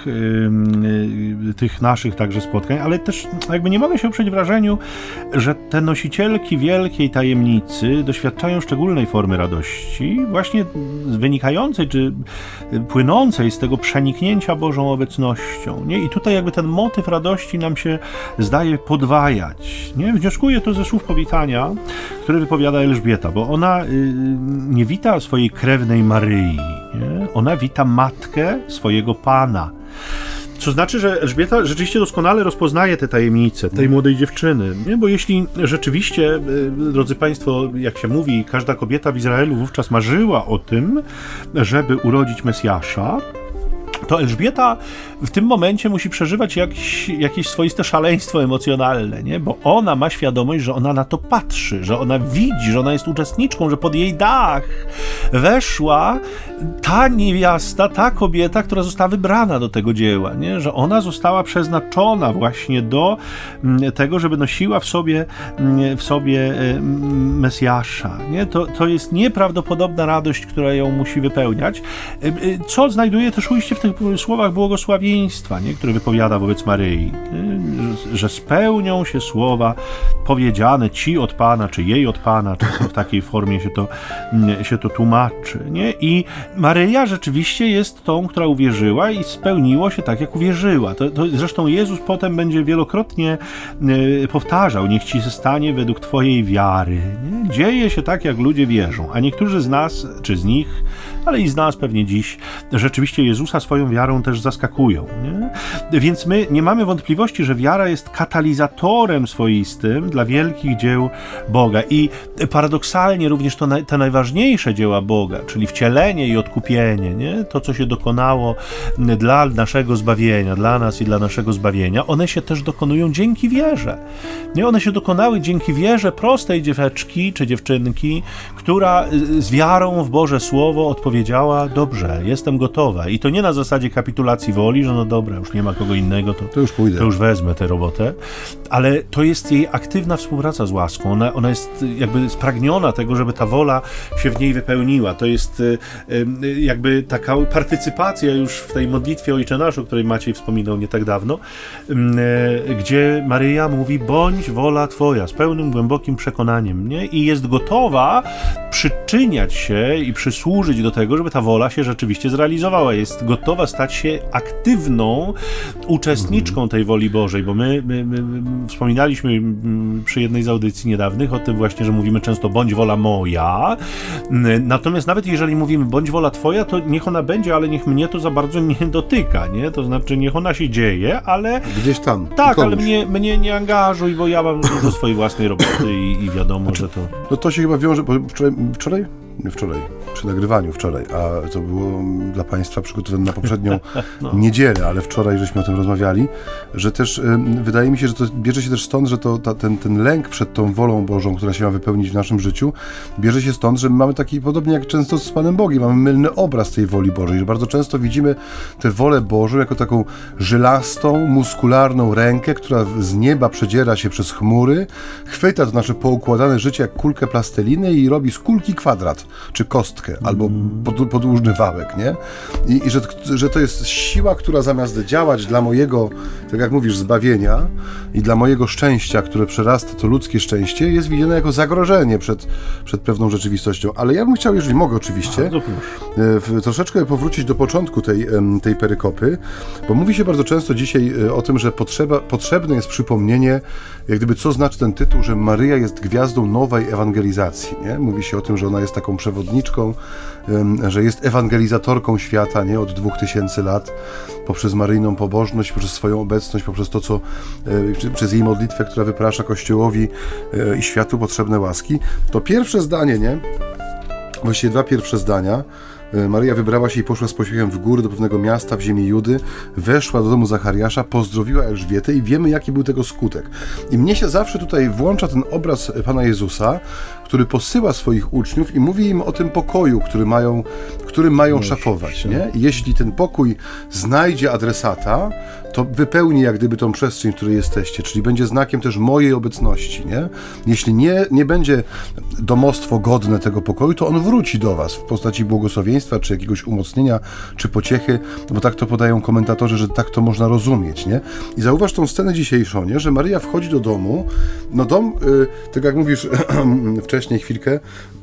tych naszych także spotkań, ale też jakby nie mogę się oprzeć wrażeniu, że te nosicielki wielkiej tajemnicy doświadczają szczególnej formy radości, właśnie wynikającej czy płynącej z tego przeniknięcia Bożą obecnością, nie? I tutaj jakby ten motyw radości nam się zdaje podwajać, nie? Wnioskuję to ze słów powitania, które wypowiada Elżbieta, bo ona nie wita swojej krewnej Maryi, nie? Ona wita matkę swojego Pana. Co znaczy, że Elżbieta rzeczywiście doskonale rozpoznaje te tajemnice tej młodej dziewczyny, nie? Bo jeśli rzeczywiście, drodzy Państwo, jak się mówi, każda kobieta w Izraelu wówczas marzyła o tym, żeby urodzić Mesjasza, to Elżbieta w tym momencie musi przeżywać jakieś swoiste szaleństwo emocjonalne, nie? Bo ona ma świadomość, że ona na to patrzy, że ona widzi, że ona jest uczestniczką, że pod jej dach weszła ta niewiasta, ta kobieta, która została wybrana do tego dzieła, nie? Że ona została przeznaczona właśnie do tego, żeby nosiła w sobie Mesjasza, nie? To jest nieprawdopodobna radość, która ją musi wypełniać, co znajduje też ujście w tych słowach błogosławieństwa, nie? Które wypowiada wobec Maryi, nie? Że spełnią się słowa powiedziane ci od Pana, czy jej od Pana, czasem w takiej formie się to tłumaczy, nie? I Maryja rzeczywiście jest tą, która uwierzyła i spełniło się tak, jak uwierzyła. To zresztą Jezus potem będzie wielokrotnie powtarzał, niech ci się stanie według twojej wiary, nie? Dzieje się tak, jak ludzie wierzą, a niektórzy z nas, czy z nich, ale i z nas pewnie dziś, rzeczywiście Jezusa swoją wiarą też zaskakują, nie? Więc my nie mamy wątpliwości, że wiara jest katalizatorem swoistym dla wielkich dzieł Boga i paradoksalnie również te najważniejsze dzieła Boga, czyli wcielenie i odkupienie, nie? To, co się dokonało dla naszego zbawienia, dla nas i dla naszego zbawienia, one się też dokonują dzięki wierze, nie? One się dokonały dzięki wierze prostej dzieweczki czy dziewczynki, która z wiarą w Boże Słowo odpowiedziała, dobrze, jestem gotowa. I to nie na zasadzie kapitulacji woli, że no dobra, już nie ma kogo innego, to już pójdę. To już wezmę tę robotę, ale to jest jej aktywna współpraca z łaską. Ona jest jakby spragniona tego, żeby ta wola się w niej wypełniła. To jest jakby taka partycypacja już w tej modlitwie Ojcze Nasz, o której Maciej wspominał nie tak dawno, gdzie Maryja mówi, bądź wola Twoja, z pełnym, głębokim przekonaniem, nie? I jest gotowa przyczyniać się i przysłużyć do tego, żeby ta wola się rzeczywiście zrealizowała. Jest gotowa stać się aktywną uczestniczką tej woli Bożej, bo my wspominaliśmy przy jednej z audycji niedawnych o tym właśnie, że mówimy często bądź wola moja, natomiast nawet jeżeli mówimy bądź wola Twoja, to niech ona będzie, ale niech mnie to za bardzo nie dotyka, nie? To znaczy niech ona się dzieje, ale... Gdzieś tam. Tak, ale mnie nie angażuj, bo ja mam do swojej własnej roboty i wiadomo, że to... No to się chyba wiąże, bo wczoraj wczoraj, przy nagrywaniu wczoraj, a to było dla Państwa przygotowane na poprzednią niedzielę, ale wczoraj żeśmy o tym rozmawiali, że też wydaje mi się, że to bierze się też stąd, że ten lęk przed tą wolą Bożą, która się ma wypełnić w naszym życiu, bierze się stąd, że my mamy taki, podobnie jak często z Panem Bogiem, mamy mylny obraz tej woli Bożej, że bardzo często widzimy tę wolę Bożą jako taką żylastą, muskularną rękę, która z nieba przedziera się przez chmury, chwyta to nasze poukładane życie jak kulkę plasteliny i robi z kulki kwadrat, czy kostkę, albo podłużny wałek, nie? I że to jest siła, która zamiast działać dla mojego, tak jak mówisz, zbawienia i dla mojego szczęścia, które przerasta to ludzkie szczęście, jest widziane jako zagrożenie przed pewną rzeczywistością. Ale ja bym chciał, jeżeli mogę oczywiście, troszeczkę powrócić do początku tej perykopy, bo mówi się bardzo często dzisiaj o tym, że potrzebne jest przypomnienie, jak gdyby co znaczy ten tytuł, że Maryja jest gwiazdą nowej ewangelizacji, nie? Mówi się o tym, że ona jest taką przewodniczką, że jest ewangelizatorką świata, nie? Od 2000 lat, poprzez maryjną pobożność, poprzez swoją obecność, poprzez to, co przez jej modlitwę, która wyprasza Kościołowi i światu potrzebne łaski. To pierwsze zdanie, nie? Właściwie dwa pierwsze zdania. Maryja wybrała się i poszła z pośpiechem w góry do pewnego miasta w ziemi Judy, weszła do domu Zachariasza, pozdrowiła Elżbietę i wiemy, jaki był tego skutek. I mnie się zawsze tutaj włącza ten obraz Pana Jezusa, który posyła swoich uczniów i mówi im o tym pokoju, którym mają szafować, nie? I jeśli ten pokój znajdzie adresata, to wypełni jak gdyby tą przestrzeń, w której jesteście, czyli będzie znakiem też mojej obecności, nie? Jeśli nie będzie domostwo godne tego pokoju, to on wróci do was w postaci błogosławieństwa, czy jakiegoś umocnienia, czy pociechy, bo tak to podają komentatorzy, że tak to można rozumieć, nie? I zauważ tą scenę dzisiejszą, nie? Że Maryja wchodzi do domu, no dom, tak jak mówisz wcześniej chwilkę,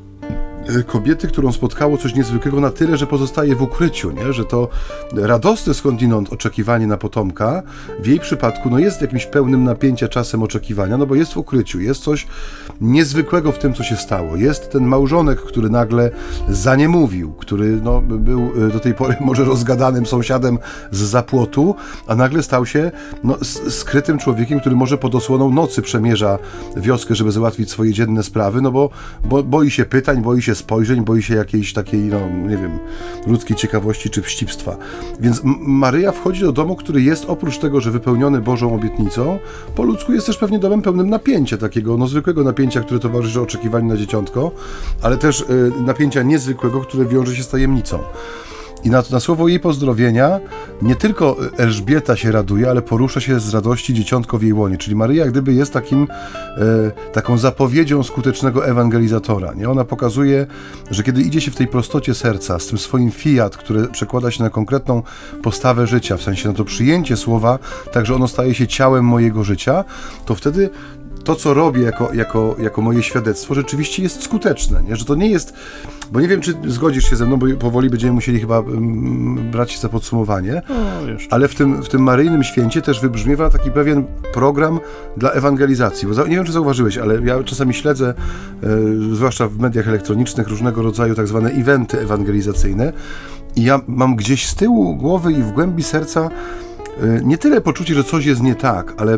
kobiety, którą spotkało coś niezwykłego na tyle, że pozostaje w ukryciu, nie? Że to radosne skądinąd oczekiwanie na potomka w jej przypadku no jest jakimś pełnym napięcia czasem oczekiwania, no bo jest w ukryciu, jest coś niezwykłego w tym, co się stało. Jest ten małżonek, który nagle zaniemówił, który no, był do tej pory może rozgadanym sąsiadem z zapłotu, a nagle stał się no, skrytym człowiekiem, który może pod osłoną nocy przemierza wioskę, żeby załatwić swoje dzienne sprawy, no bo boi się pytań, boi się spojrzeń, boi się jakiejś takiej, no nie wiem, ludzkiej ciekawości czy wścibstwa. Więc Maryja wchodzi do domu, który jest oprócz tego, że wypełniony Bożą obietnicą, po ludzku jest też pewnie domem pełnym napięcia, takiego no zwykłego napięcia, które towarzyszy oczekiwaniu na dzieciątko, ale też napięcia niezwykłego, które wiąże się z tajemnicą. I na słowo jej pozdrowienia nie tylko Elżbieta się raduje, ale porusza się z radości dzieciątko w jej łonie. Czyli Maryja jak gdyby jest taką zapowiedzią skutecznego ewangelizatora. Nie? Ona pokazuje, że kiedy idzie się w tej prostocie serca, z tym swoim fiat, które przekłada się na konkretną postawę życia, w sensie na to przyjęcie słowa, tak że ono staje się ciałem mojego życia, to wtedy to, co robię jako moje świadectwo, rzeczywiście jest skuteczne, nie? Że to nie jest, bo nie wiem, czy zgodzisz się ze mną, bo powoli będziemy musieli chyba brać się za podsumowanie, ale w tym maryjnym święcie też wybrzmiewa taki pewien program dla ewangelizacji, bo nie wiem, czy zauważyłeś, ale ja czasami śledzę, zwłaszcza w mediach elektronicznych, różnego rodzaju tak zwane eventy ewangelizacyjne i ja mam gdzieś z tyłu głowy i w głębi serca nie tyle poczucie, że coś jest nie tak, ale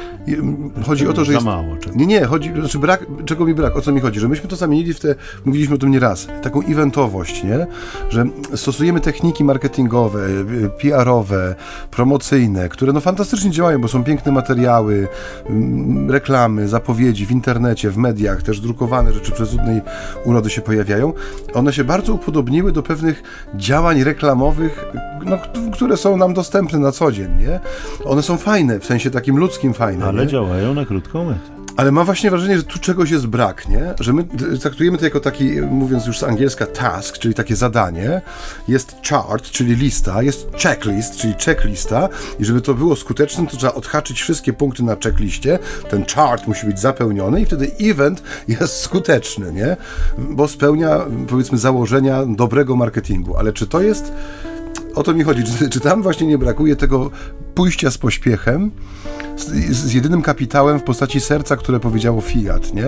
chodzi o to, że jest... Za mało. Znaczy czego mi brak, o co mi chodzi, że myśmy to zamienili mówiliśmy o tym nieraz, taką eventowość, nie? Że stosujemy techniki marketingowe, PR-owe, promocyjne, które no fantastycznie działają, bo są piękne materiały, reklamy, zapowiedzi w internecie, w mediach, też drukowane rzeczy przezudnej urody się pojawiają. One się bardzo upodobniły do pewnych działań reklamowych, no, które są nam dostępne na co dzień, nie? One są fajne, w sensie takim ludzkim fajne. Ale nie? działają na krótką metę. Ale mam właśnie wrażenie, że tu czegoś jest brak, nie? Że my traktujemy to jako taki, mówiąc już z angielska, task, czyli takie zadanie. Jest chart, czyli lista, jest checklist, czyli checklista i żeby to było skuteczne, to trzeba odhaczyć wszystkie punkty na checkliście. Ten chart musi być zapełniony i wtedy event jest skuteczny, nie? Bo spełnia, powiedzmy, założenia dobrego marketingu. Ale czy to jest... O to mi chodzi, czy tam właśnie nie brakuje tego pójścia z pośpiechem, z jedynym kapitałem w postaci serca, które powiedziało fiat, nie?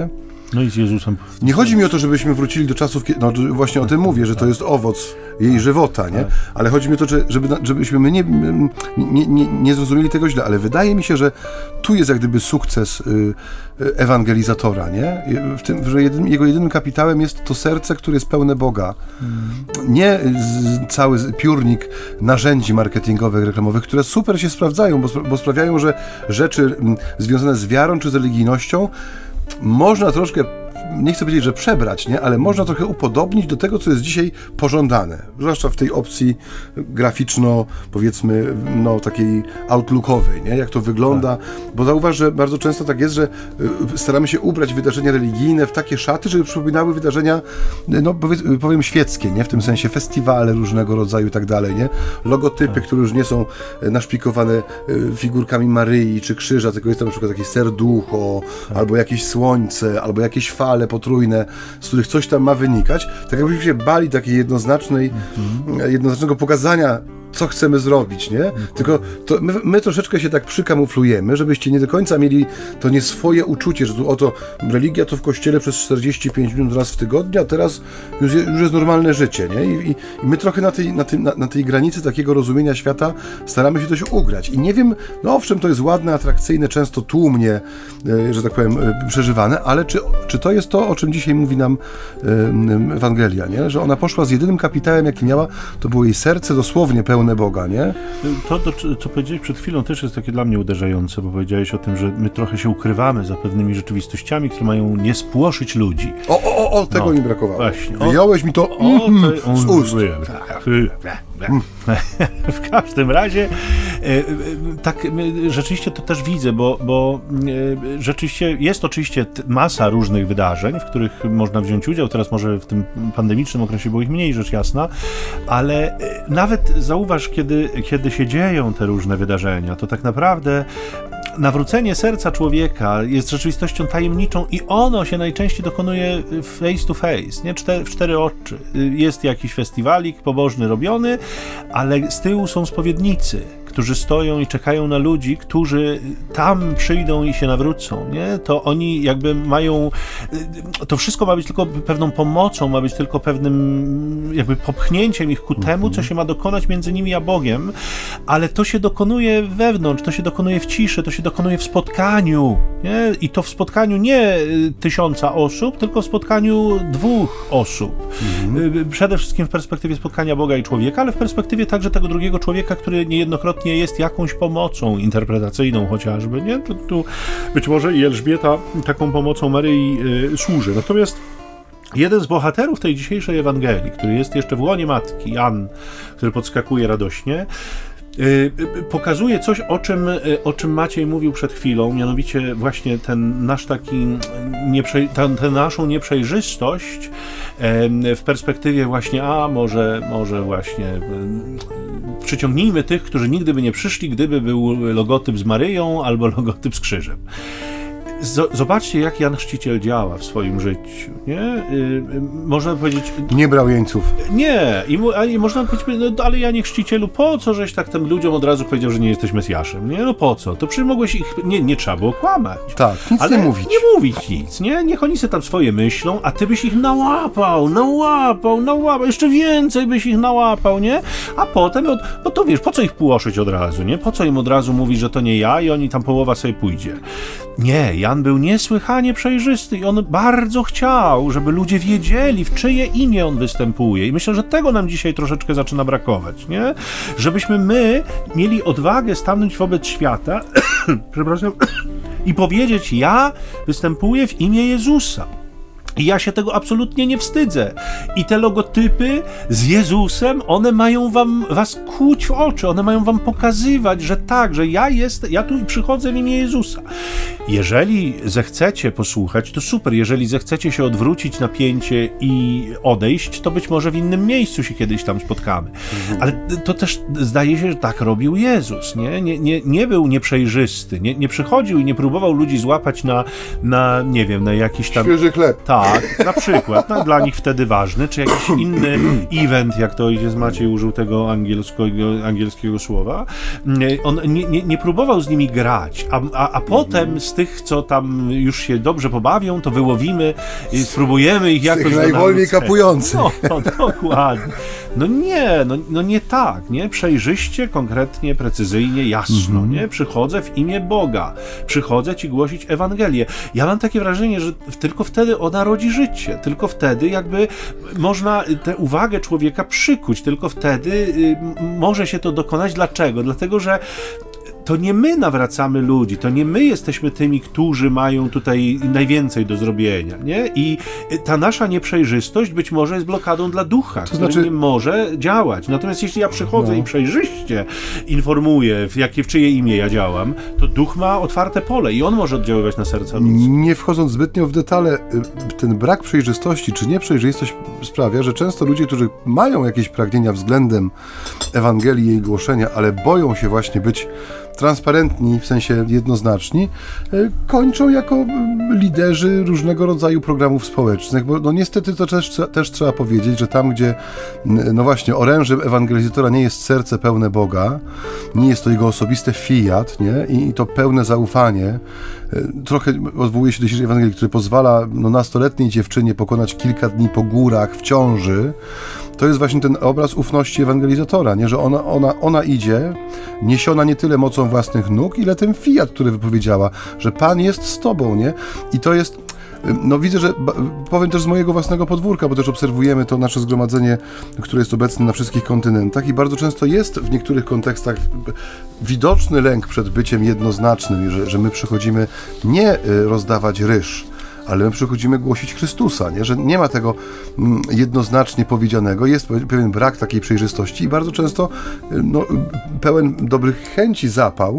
No i z Jezusem. Nie chodzi mi o to, żebyśmy wrócili do czasów, no właśnie o tym mówię, że to jest owoc jej żywota, nie? Ale chodzi mi o to, żebyśmy my nie zrozumieli tego źle, ale wydaje mi się, że tu jest jak gdyby sukces ewangelizatora, nie? W tym, że jego jedynym kapitałem jest to serce, które jest pełne Boga. Nie cały piórnik narzędzi marketingowych, reklamowych, które super się sprawdzają, bo sprawiają, że rzeczy związane z wiarą czy z religijnością można troszkę, nie chcę powiedzieć, że przebrać, nie? Ale można trochę upodobnić do tego, co jest dzisiaj pożądane. Zwłaszcza w tej opcji graficzno, powiedzmy, no takiej outlookowej, nie? Jak to wygląda. Bo zauważ, że bardzo często tak jest, że staramy się ubrać wydarzenia religijne w takie szaty, żeby przypominały wydarzenia, no powiem świeckie, nie? W tym sensie festiwale różnego rodzaju i tak dalej, nie? Logotypy, które już nie są naszpikowane figurkami Maryi czy krzyża, tylko jest tam na przykład jakieś serducho, albo jakieś słońce, albo jakieś fale potrójne, z których coś tam ma wynikać, tak jakbyśmy się bali takiej jednoznacznego pokazania, co chcemy zrobić, nie? Tylko to my troszeczkę się tak przykamuflujemy, żebyście nie do końca mieli to nie swoje uczucie, że tu oto religia to w kościele przez 45 minut raz w tygodniu, a teraz już jest normalne życie, nie? I my trochę na tej granicy takiego rozumienia świata staramy się coś ugrać. I nie wiem, no owszem, to jest ładne, atrakcyjne, często tłumnie, że tak powiem, przeżywane, ale czy to jest to, o czym dzisiaj mówi nam Ewangelia, nie? Że ona poszła z jedynym kapitałem, jaki miała, to było jej serce dosłownie pełne Boga, nie? To, co powiedziałeś przed chwilą, też jest takie dla mnie uderzające, bo powiedziałeś o tym, że my trochę się ukrywamy za pewnymi rzeczywistościami, które mają nie spłoszyć ludzi. Tego mi brakowało. Właśnie. Wyjąłeś mi to z ust. W każdym razie tak rzeczywiście to też widzę, bo rzeczywiście jest oczywiście masa różnych wydarzeń, w których można wziąć udział. Teraz może w tym pandemicznym okresie było ich mniej, rzecz jasna, ale nawet zauważ, kiedy się dzieją te różne wydarzenia, to tak naprawdę nawrócenie serca człowieka jest rzeczywistością tajemniczą i ono się najczęściej dokonuje face to face, nie? W cztery oczy. Jest jakiś festiwalik pobożny robiony, ale z tyłu są spowiednicy, którzy stoją i czekają na ludzi, którzy tam przyjdą i się nawrócą, nie? To oni jakby mają... To wszystko ma być tylko pewną pomocą, ma być tylko pewnym jakby popchnięciem ich ku temu, co się ma dokonać między nimi a Bogiem, ale to się dokonuje wewnątrz, to się dokonuje w ciszy, to się dokonuje w spotkaniu, nie? I to w spotkaniu nie 1000 osób, tylko w spotkaniu 2 osób. Przede wszystkim w perspektywie spotkania Boga i człowieka, ale w perspektywie także tego drugiego człowieka, który niejednokrotnie jest jakąś pomocą interpretacyjną chociażby, nie? Tu być może i Elżbieta taką pomocą Maryi służy. Natomiast jeden z bohaterów tej dzisiejszej Ewangelii, który jest jeszcze w łonie matki, Jan, który podskakuje radośnie, pokazuje coś, o czym Maciej mówił przed chwilą, mianowicie właśnie ten nasz taki tę naszą nieprzejrzystość w perspektywie właśnie, może właśnie przyciągnijmy tych, którzy nigdy by nie przyszli, gdyby był logotyp z Maryją albo logotyp z krzyżem. Zobaczcie, jak Jan Chrzciciel działa w swoim życiu, nie? Można powiedzieć... Nie brał jeńców. Nie. I można powiedzieć, no ale Janie Chrzcicielu, po co żeś tak tym ludziom od razu powiedział, że nie jesteś Mesjaszem, nie? No po co? To przecież mogłeś ich... Nie trzeba było kłamać. Tak, nic ale nie mówić. Nie mówić nic, nie? Niech oni sobie tam swoje myślą, a ty byś ich nałapał, jeszcze więcej byś ich nałapał, nie? A potem, bo to wiesz, po co ich płoszyć od razu, nie? Po co im od razu mówić, że to nie ja i oni tam połowa sobie pójdzie. Nie, Jan był niesłychanie przejrzysty i on bardzo chciał, żeby ludzie wiedzieli, w czyje imię on występuje. I myślę, że tego nam dzisiaj troszeczkę zaczyna brakować, nie? Żebyśmy my mieli odwagę stanąć wobec świata, przepraszam, i powiedzieć, ja występuję w imię Jezusa. I ja się tego absolutnie nie wstydzę. I te logotypy z Jezusem, one mają was kłuć w oczy, one mają wam pokazywać, że tak, że ja tu przychodzę w imię Jezusa. Jeżeli zechcecie posłuchać, to super. Jeżeli zechcecie się odwrócić na pięcie i odejść, to być może w innym miejscu się kiedyś tam spotkamy. Ale to też zdaje się, że tak robił Jezus, nie był nieprzejrzysty, nie przychodził i nie próbował ludzi złapać na nie wiem, na jakiś tam... Świeży chleb. Tak, na przykład, dla nich wtedy ważny, czy jakiś inny event, jak to ojciec Maciej użył tego angielskiego słowa. On nie próbował z nimi grać, a potem z tych, co tam już się dobrze pobawią, to wyłowimy i spróbujemy ich jakoś... Tych najwolniej kapujących. No, dokładnie. No nie tak, nie? Przejrzyście, konkretnie, precyzyjnie, jasno, nie? Przychodzę w imię Boga. Przychodzę ci głosić Ewangelię. Ja mam takie wrażenie, że tylko wtedy ona rodzi życie. Tylko wtedy jakby można tę uwagę człowieka przykuć. Tylko wtedy może się to dokonać. Dlaczego? Dlatego, że to nie my nawracamy ludzi, to nie my jesteśmy tymi, którzy mają tutaj najwięcej do zrobienia, nie? I ta nasza nieprzejrzystość być może jest blokadą dla ducha, który nie może działać. Natomiast jeśli ja przychodzę i przejrzyście informuję, w czyje imię ja działam, to duch ma otwarte pole i on może oddziaływać na serca ludzkie. Nie wchodząc zbytnio w detale, ten brak przejrzystości czy nieprzejrzystość sprawia, że często ludzie, którzy mają jakieś pragnienia względem Ewangelii i jej głoszenia, ale boją się właśnie być transparentni, w sensie jednoznaczni, kończą jako liderzy różnego rodzaju programów społecznych, bo no niestety to też trzeba powiedzieć, że tam, gdzie no właśnie orężem ewangelizatora nie jest serce pełne Boga, nie jest to jego osobiste fiat, nie? I to pełne zaufanie, trochę odwołuje się do dzisiejszej Ewangelii, który pozwala nastoletniej dziewczynie pokonać kilka dni po górach w ciąży. To jest właśnie ten obraz ufności ewangelizatora, nie? Że ona idzie, niesiona nie tyle mocą własnych nóg, ile tym fiat, który wypowiedziała, że Pan jest z tobą, nie? I to jest, no widzę, że powiem też z mojego własnego podwórka, bo też obserwujemy to nasze zgromadzenie, które jest obecne na wszystkich kontynentach i bardzo często jest w niektórych kontekstach widoczny lęk przed byciem jednoznacznym, że my przychodzimy nie rozdawać ryż, ale my przychodzimy głosić Chrystusa, nie? Że nie ma tego jednoznacznie powiedzianego, jest pewien brak takiej przejrzystości i bardzo często pełen dobrych chęci zapał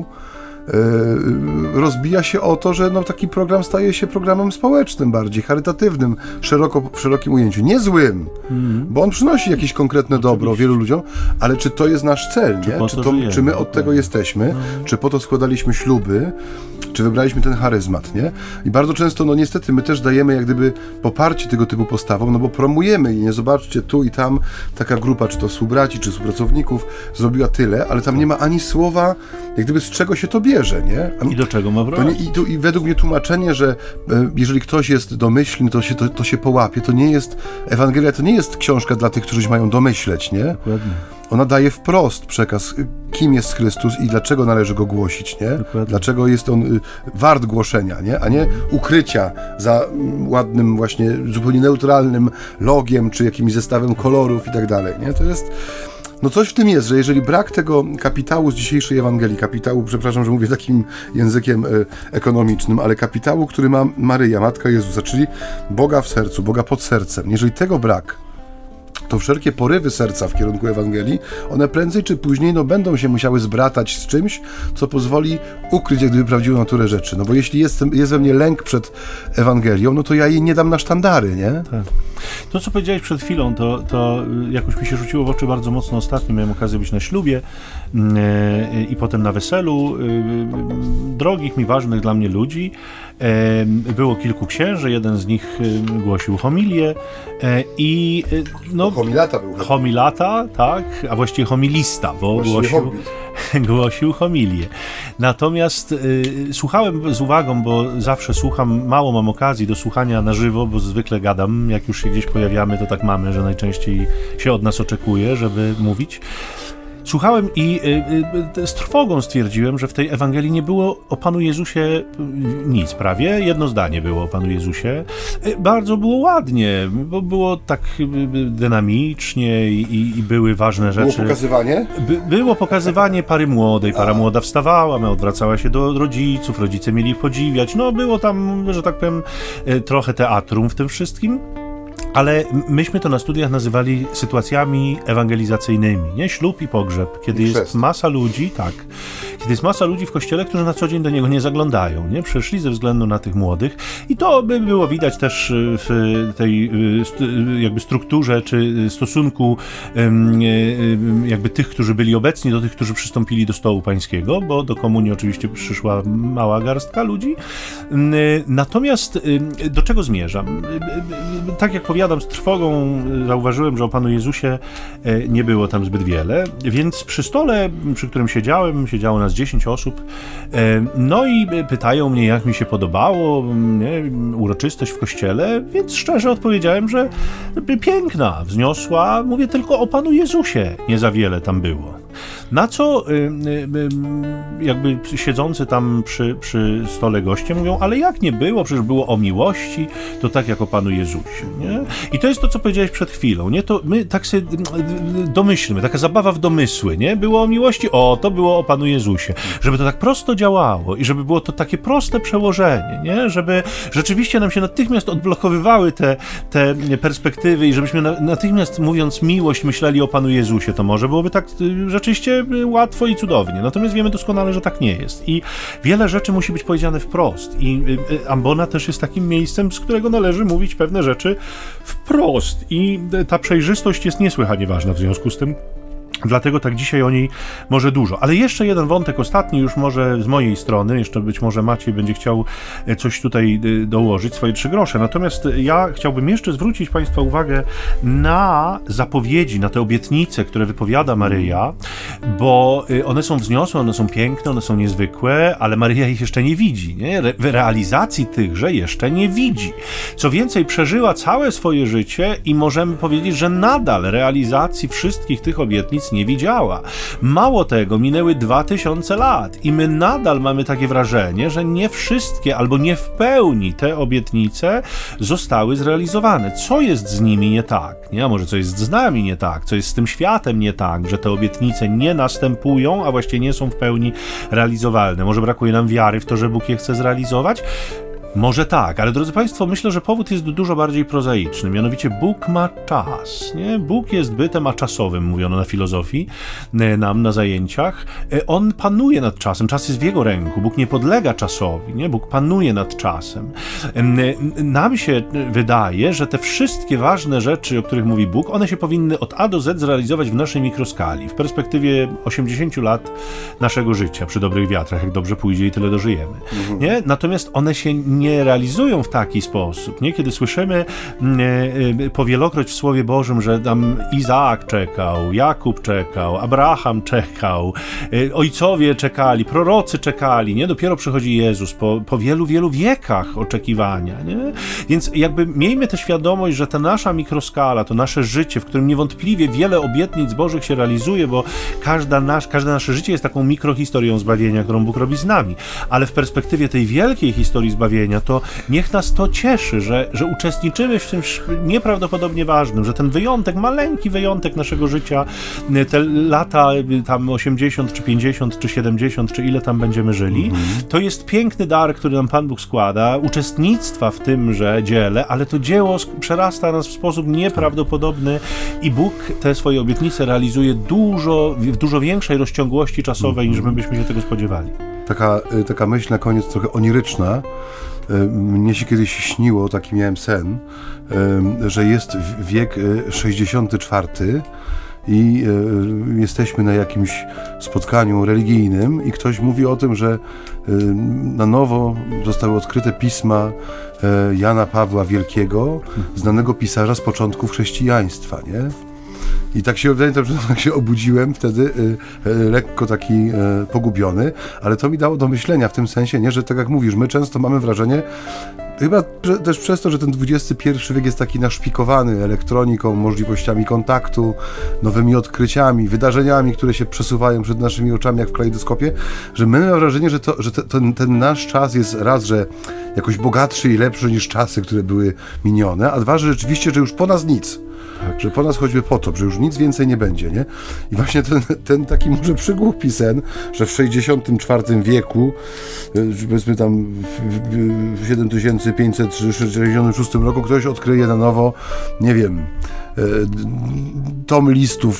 rozbija się o to, że taki program staje się programem społecznym bardziej, charytatywnym, w szerokim ujęciu. Nie złym, bo on przynosi jakieś konkretne dobro wielu ludziom, ale czy to jest nasz cel, nie? Czy my od tego jesteśmy? Czy po to składaliśmy śluby? Czy wybraliśmy ten charyzmat, nie? I bardzo często, niestety, my też dajemy jak gdyby poparcie tego typu postawom, bo promujemy i nie zobaczcie, tu i tam taka grupa, czy to współbraci, czy współpracowników zrobiła tyle, ale tam nie ma ani słowa, jak gdyby z czego się to bierze, nie? I do czego ma prowadzić? I według mnie tłumaczenie, że jeżeli ktoś jest domyślny, to się połapie, to nie jest, Ewangelia to nie jest książka dla tych, którzy mają domyśleć, nie? Dokładnie. Ona daje wprost przekaz, kim jest Chrystus i dlaczego należy Go głosić, nie? Dokładnie. Dlaczego jest On wart głoszenia, nie? A nie ukrycia za ładnym właśnie, zupełnie neutralnym logiem, czy jakimś zestawem kolorów i tak dalej, nie? To jest... coś w tym jest, że jeżeli brak tego kapitału z dzisiejszej Ewangelii, kapitału, przepraszam, że mówię takim językiem ekonomicznym, ale kapitału, który ma Maryja, Matka Jezusa, czyli Boga w sercu, Boga pod sercem, jeżeli tego brak, to wszelkie porywy serca w kierunku Ewangelii, one prędzej czy później będą się musiały zbratać z czymś, co pozwoli ukryć jak gdyby prawdziwą naturę rzeczy. Bo jeśli jest we mnie lęk przed Ewangelią, to ja jej nie dam na sztandary, nie? Tak. To, co powiedziałeś przed chwilą, to jakoś mi się rzuciło w oczy bardzo mocno ostatnio. Miałem okazję być na ślubie i potem na weselu drogich mi, ważnych dla mnie ludzi. Było kilku księży, jeden z nich głosił homilię i homilata był. Homilata, tak, a właściwie homilista, bo głosił homilię. Natomiast słuchałem z uwagą, bo zawsze słucham, mało mam okazji do słuchania na żywo, bo zwykle gadam, jak już się gdzieś pojawiamy, to tak mamy, że najczęściej się od nas oczekuje, żeby mówić. Słuchałem i z trwogą stwierdziłem, że w tej Ewangelii nie było o Panu Jezusie nic prawie. Jedno zdanie było o Panu Jezusie. Bardzo było ładnie, bo było tak dynamicznie i były ważne rzeczy. Było pokazywanie? Było pokazywanie pary młodej. Para młoda wstawała, odwracała się do rodziców, rodzice mieli ich podziwiać. Było tam, że tak powiem, trochę teatrum w tym wszystkim. Ale myśmy to na studiach nazywali sytuacjami ewangelizacyjnymi, nie? Ślub i pogrzeb, kiedy jest masa ludzi, tak, kiedy jest masa ludzi w kościele, którzy na co dzień do niego nie zaglądają, nie? Przyszli ze względu na tych młodych i to by było widać też w tej jakby strukturze czy stosunku jakby tych, którzy byli obecni do tych, którzy przystąpili do stołu pańskiego, bo do komunii oczywiście przyszła mała garstka ludzi. Natomiast do czego zmierzam? Tak jak powiadam, powiadam, z trwogą zauważyłem, że o Panu Jezusie nie było tam zbyt wiele, więc przy stole, przy którym siedziało nas 10 osób, no i pytają mnie, jak mi się podobało, nie, uroczystość w kościele, więc szczerze odpowiedziałem, że piękna, wzniosła, mówię, tylko o Panu Jezusie nie za wiele tam było. Na co jakby siedzący tam przy stole goście mówią, ale jak nie było, przecież było o miłości, to tak jak o Panu Jezusie, nie? I to jest to, co powiedziałeś przed chwilą, nie? To my tak sobie domyślmy, taka zabawa w domysły, nie? Było o miłości, to było o Panu Jezusie. Żeby to tak prosto działało i żeby było to takie proste przełożenie, nie? Żeby rzeczywiście nam się natychmiast odblokowywały te perspektywy i żebyśmy natychmiast, mówiąc miłość, myśleli o Panu Jezusie, to może byłoby tak rzeczywiście łatwo i cudownie. Natomiast wiemy doskonale, że tak nie jest. I wiele rzeczy musi być powiedziane wprost. I ambona też jest takim miejscem, z którego należy mówić pewne rzeczy wprost. I ta przejrzystość jest niesłychanie ważna w związku z tym. Dlatego tak dzisiaj o niej może dużo. Ale jeszcze jeden wątek ostatni, już może z mojej strony, jeszcze być może Maciej będzie chciał coś tutaj dołożyć, swoje 3 grosze. Natomiast ja chciałbym jeszcze zwrócić Państwa uwagę na zapowiedzi, na te obietnice, które wypowiada Maryja, bo one są wzniosłe, one są piękne, one są niezwykłe, ale Maryja ich jeszcze nie widzi, nie? Realizacji tychże jeszcze nie widzi. Co więcej, przeżyła całe swoje życie i możemy powiedzieć, że nadal realizacji wszystkich tych obietnic nie widziała. Mało tego, minęły 2000 lat i my nadal mamy takie wrażenie, że nie wszystkie albo nie w pełni te obietnice zostały zrealizowane. Co jest z nimi nie tak? Nie? A może co jest z nami nie tak? Co jest z tym światem nie tak? Że te obietnice nie następują, a właściwie nie są w pełni realizowalne. Może brakuje nam wiary w to, że Bóg je chce zrealizować? Może tak, ale drodzy Państwo, myślę, że powód jest dużo bardziej prozaiczny, mianowicie Bóg ma czas, nie? Bóg jest bytem aczasowym, mówiono na filozofii, nam na zajęciach. On panuje nad czasem, czas jest w Jego ręku, Bóg nie podlega czasowi, nie? Bóg panuje nad czasem. Nam się wydaje, że te wszystkie ważne rzeczy, o których mówi Bóg, one się powinny od A do Z zrealizować w naszej mikroskali, w perspektywie 80 lat naszego życia, przy dobrych wiatrach, jak dobrze pójdzie i tyle dożyjemy. Nie? Natomiast one się nie realizują w taki sposób, nie? Kiedy słyszymy powielokroć w Słowie Bożym, że tam Izaak czekał, Jakub czekał, Abraham czekał, ojcowie czekali, prorocy czekali, nie? Dopiero przychodzi Jezus po wielu, wielu wiekach oczekiwania, nie? Więc jakby miejmy tę świadomość, że ta nasza mikroskala, to nasze życie, w którym niewątpliwie wiele obietnic Bożych się realizuje, bo każde nasze życie jest taką mikrohistorią zbawienia, którą Bóg robi z nami, ale w perspektywie tej wielkiej historii zbawienia, to niech nas to cieszy, że uczestniczymy w czymś nieprawdopodobnie ważnym, że ten wyjątek, maleńki wyjątek naszego życia, te lata tam 80, czy 50, czy 70, czy ile tam będziemy żyli, to jest piękny dar, który nam Pan Bóg składa, uczestnictwa w tymże dziele, ale to dzieło przerasta nas w sposób nieprawdopodobny i Bóg te swoje obietnice realizuje w dużo większej rozciągłości czasowej, niż my byśmy się tego spodziewali. Taka myśl na koniec trochę oniryczna. Mnie się kiedyś śniło, taki miałem sen, że jest wiek 64 i jesteśmy na jakimś spotkaniu religijnym i ktoś mówi o tym, że na nowo zostały odkryte pisma Jana Pawła Wielkiego, znanego pisarza z początków chrześcijaństwa, nie? I tak się obudziłem wtedy lekko taki pogubiony, ale to mi dało do myślenia w tym sensie, nie, że tak jak mówisz, my często mamy wrażenie, chyba też przez to, że ten XXI wiek jest taki naszpikowany elektroniką, możliwościami kontaktu, nowymi odkryciami, wydarzeniami, które się przesuwają przed naszymi oczami jak w kalejdoskopie, że my mamy wrażenie, że ten nasz czas jest raz, że jakoś bogatszy i lepszy niż czasy, które były minione, a dwa, że rzeczywiście, że już po nas nic. Że po nas choćby potop, że już nic więcej nie będzie, nie? I właśnie ten taki może przygłupi sen, że w 64 wieku, powiedzmy tam w 7566 roku ktoś odkryje na nowo, nie wiem, tom listów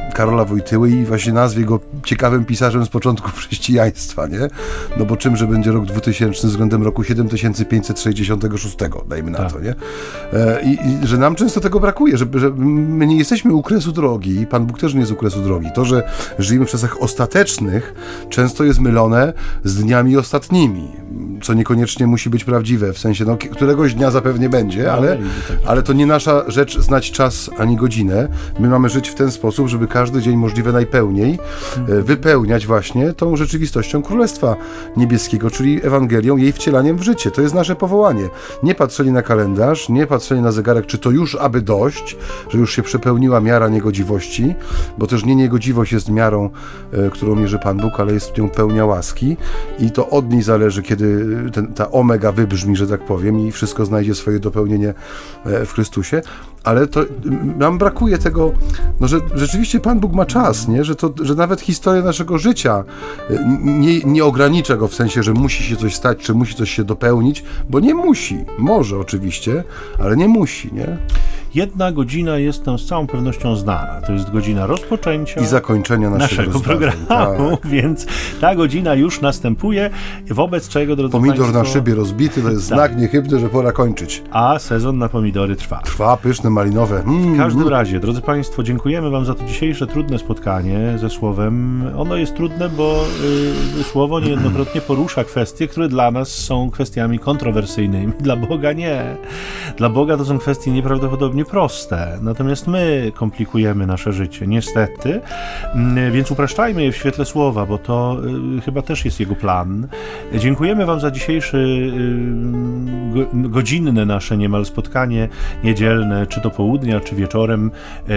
Karola Wojtyły i właśnie nazwie go ciekawym pisarzem z początków chrześcijaństwa, nie? No bo czymże będzie rok 2000 względem roku 7566, dajmy na to, nie? I że nam często tego brakuje, że my nie jesteśmy u kresu drogi, Pan Bóg też nie jest u kresu drogi. To, że żyjemy w czasach ostatecznych, często jest mylone z dniami ostatnimi, co niekoniecznie musi być prawdziwe, w sensie, no, któregoś dnia zapewne będzie, ale to nie nasza rzecz znać czas ani godzinę. My mamy żyć w ten sposób, żeby każdy dzień możliwie najpełniej wypełniać właśnie tą rzeczywistością Królestwa Niebieskiego, czyli Ewangelią, jej wcielaniem w życie. To jest nasze powołanie. Nie patrzenie na kalendarz, nie patrzenie na zegarek, czy to już aby dość, że już się przepełniła miara niegodziwości, bo też nie niegodziwość jest miarą, którą mierzy Pan Bóg, ale jest nią pełnia łaski i to od niej zależy, kiedy ta omega wybrzmi, że tak powiem, i wszystko znajdzie swoje dopełnienie w Chrystusie. Ale to nam brakuje tego, no, że rzeczywiście Pan Bóg ma czas, nie? Że nawet historia naszego życia nie ogranicza go w sensie, że musi się coś stać, czy musi coś się dopełnić, bo nie musi. Może oczywiście, ale nie musi, nie? Jedna godzina jest nam z całą pewnością znana. To jest godzina rozpoczęcia i zakończenia naszego programu, tak. Więc ta godzina już następuje, wobec czego, drodzy Pomidor Państwo, na szybie rozbity, to jest znak niechybny, że pora kończyć. A sezon na pomidory trwa. Trwa, pyszne, malinowe. W każdym razie, drodzy Państwo, dziękujemy Wam za to dzisiejsze trudne spotkanie ze Słowem. Ono jest trudne, bo Słowo niejednokrotnie porusza kwestie, które dla nas są kwestiami kontrowersyjnymi. Dla Boga nie. Dla Boga to są kwestie nieprawdopodobnie proste. Natomiast my komplikujemy nasze życie, niestety. Więc upraszczajmy je w świetle Słowa, bo to chyba też jest Jego plan. Dziękujemy Wam za dzisiejsze godzinne nasze niemal spotkanie niedzielne, czy to południa, czy wieczorem,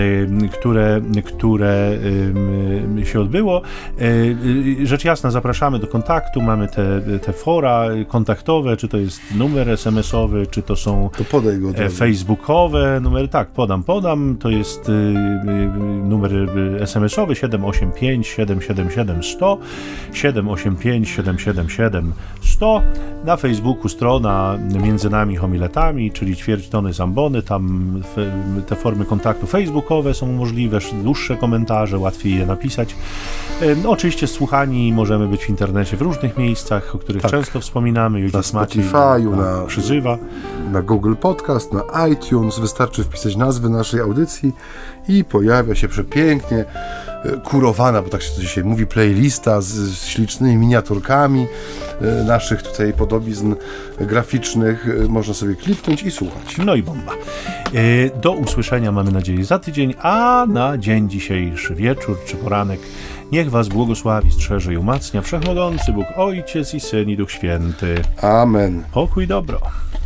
które się odbyło. Rzecz jasna, zapraszamy do kontaktu, mamy te fora kontaktowe, czy to jest numer SMS-owy, czy to są facebookowe numery. Tak, podam. To jest numer SMS-owy 785 777 100, 785 777 100. Na Facebooku strona Między Nami Homiletami, czyli ćwierć tony zambony. Tam te formy kontaktu facebookowe są możliwe, dłuższe komentarze, łatwiej je napisać. Oczywiście słuchani możemy być w internecie w różnych miejscach, o których często wspominamy. Na Spotify'u, na Przyzywa, na Google Podcast, na iTunes. Wystarczy wpisać nazwę naszej audycji i pojawia się przepięknie kurowana, bo tak się to dzisiaj mówi, playlista z ślicznymi miniaturkami naszych tutaj podobizn graficznych. Można sobie kliknąć i słuchać. No i bomba. Do usłyszenia mamy nadzieję za tydzień, a na dzień dzisiejszy, wieczór czy poranek, niech Was błogosławi, strzeże i umacnia Wszechmogący Bóg, Ojciec i Syn i Duch Święty. Amen. Pokój, dobro.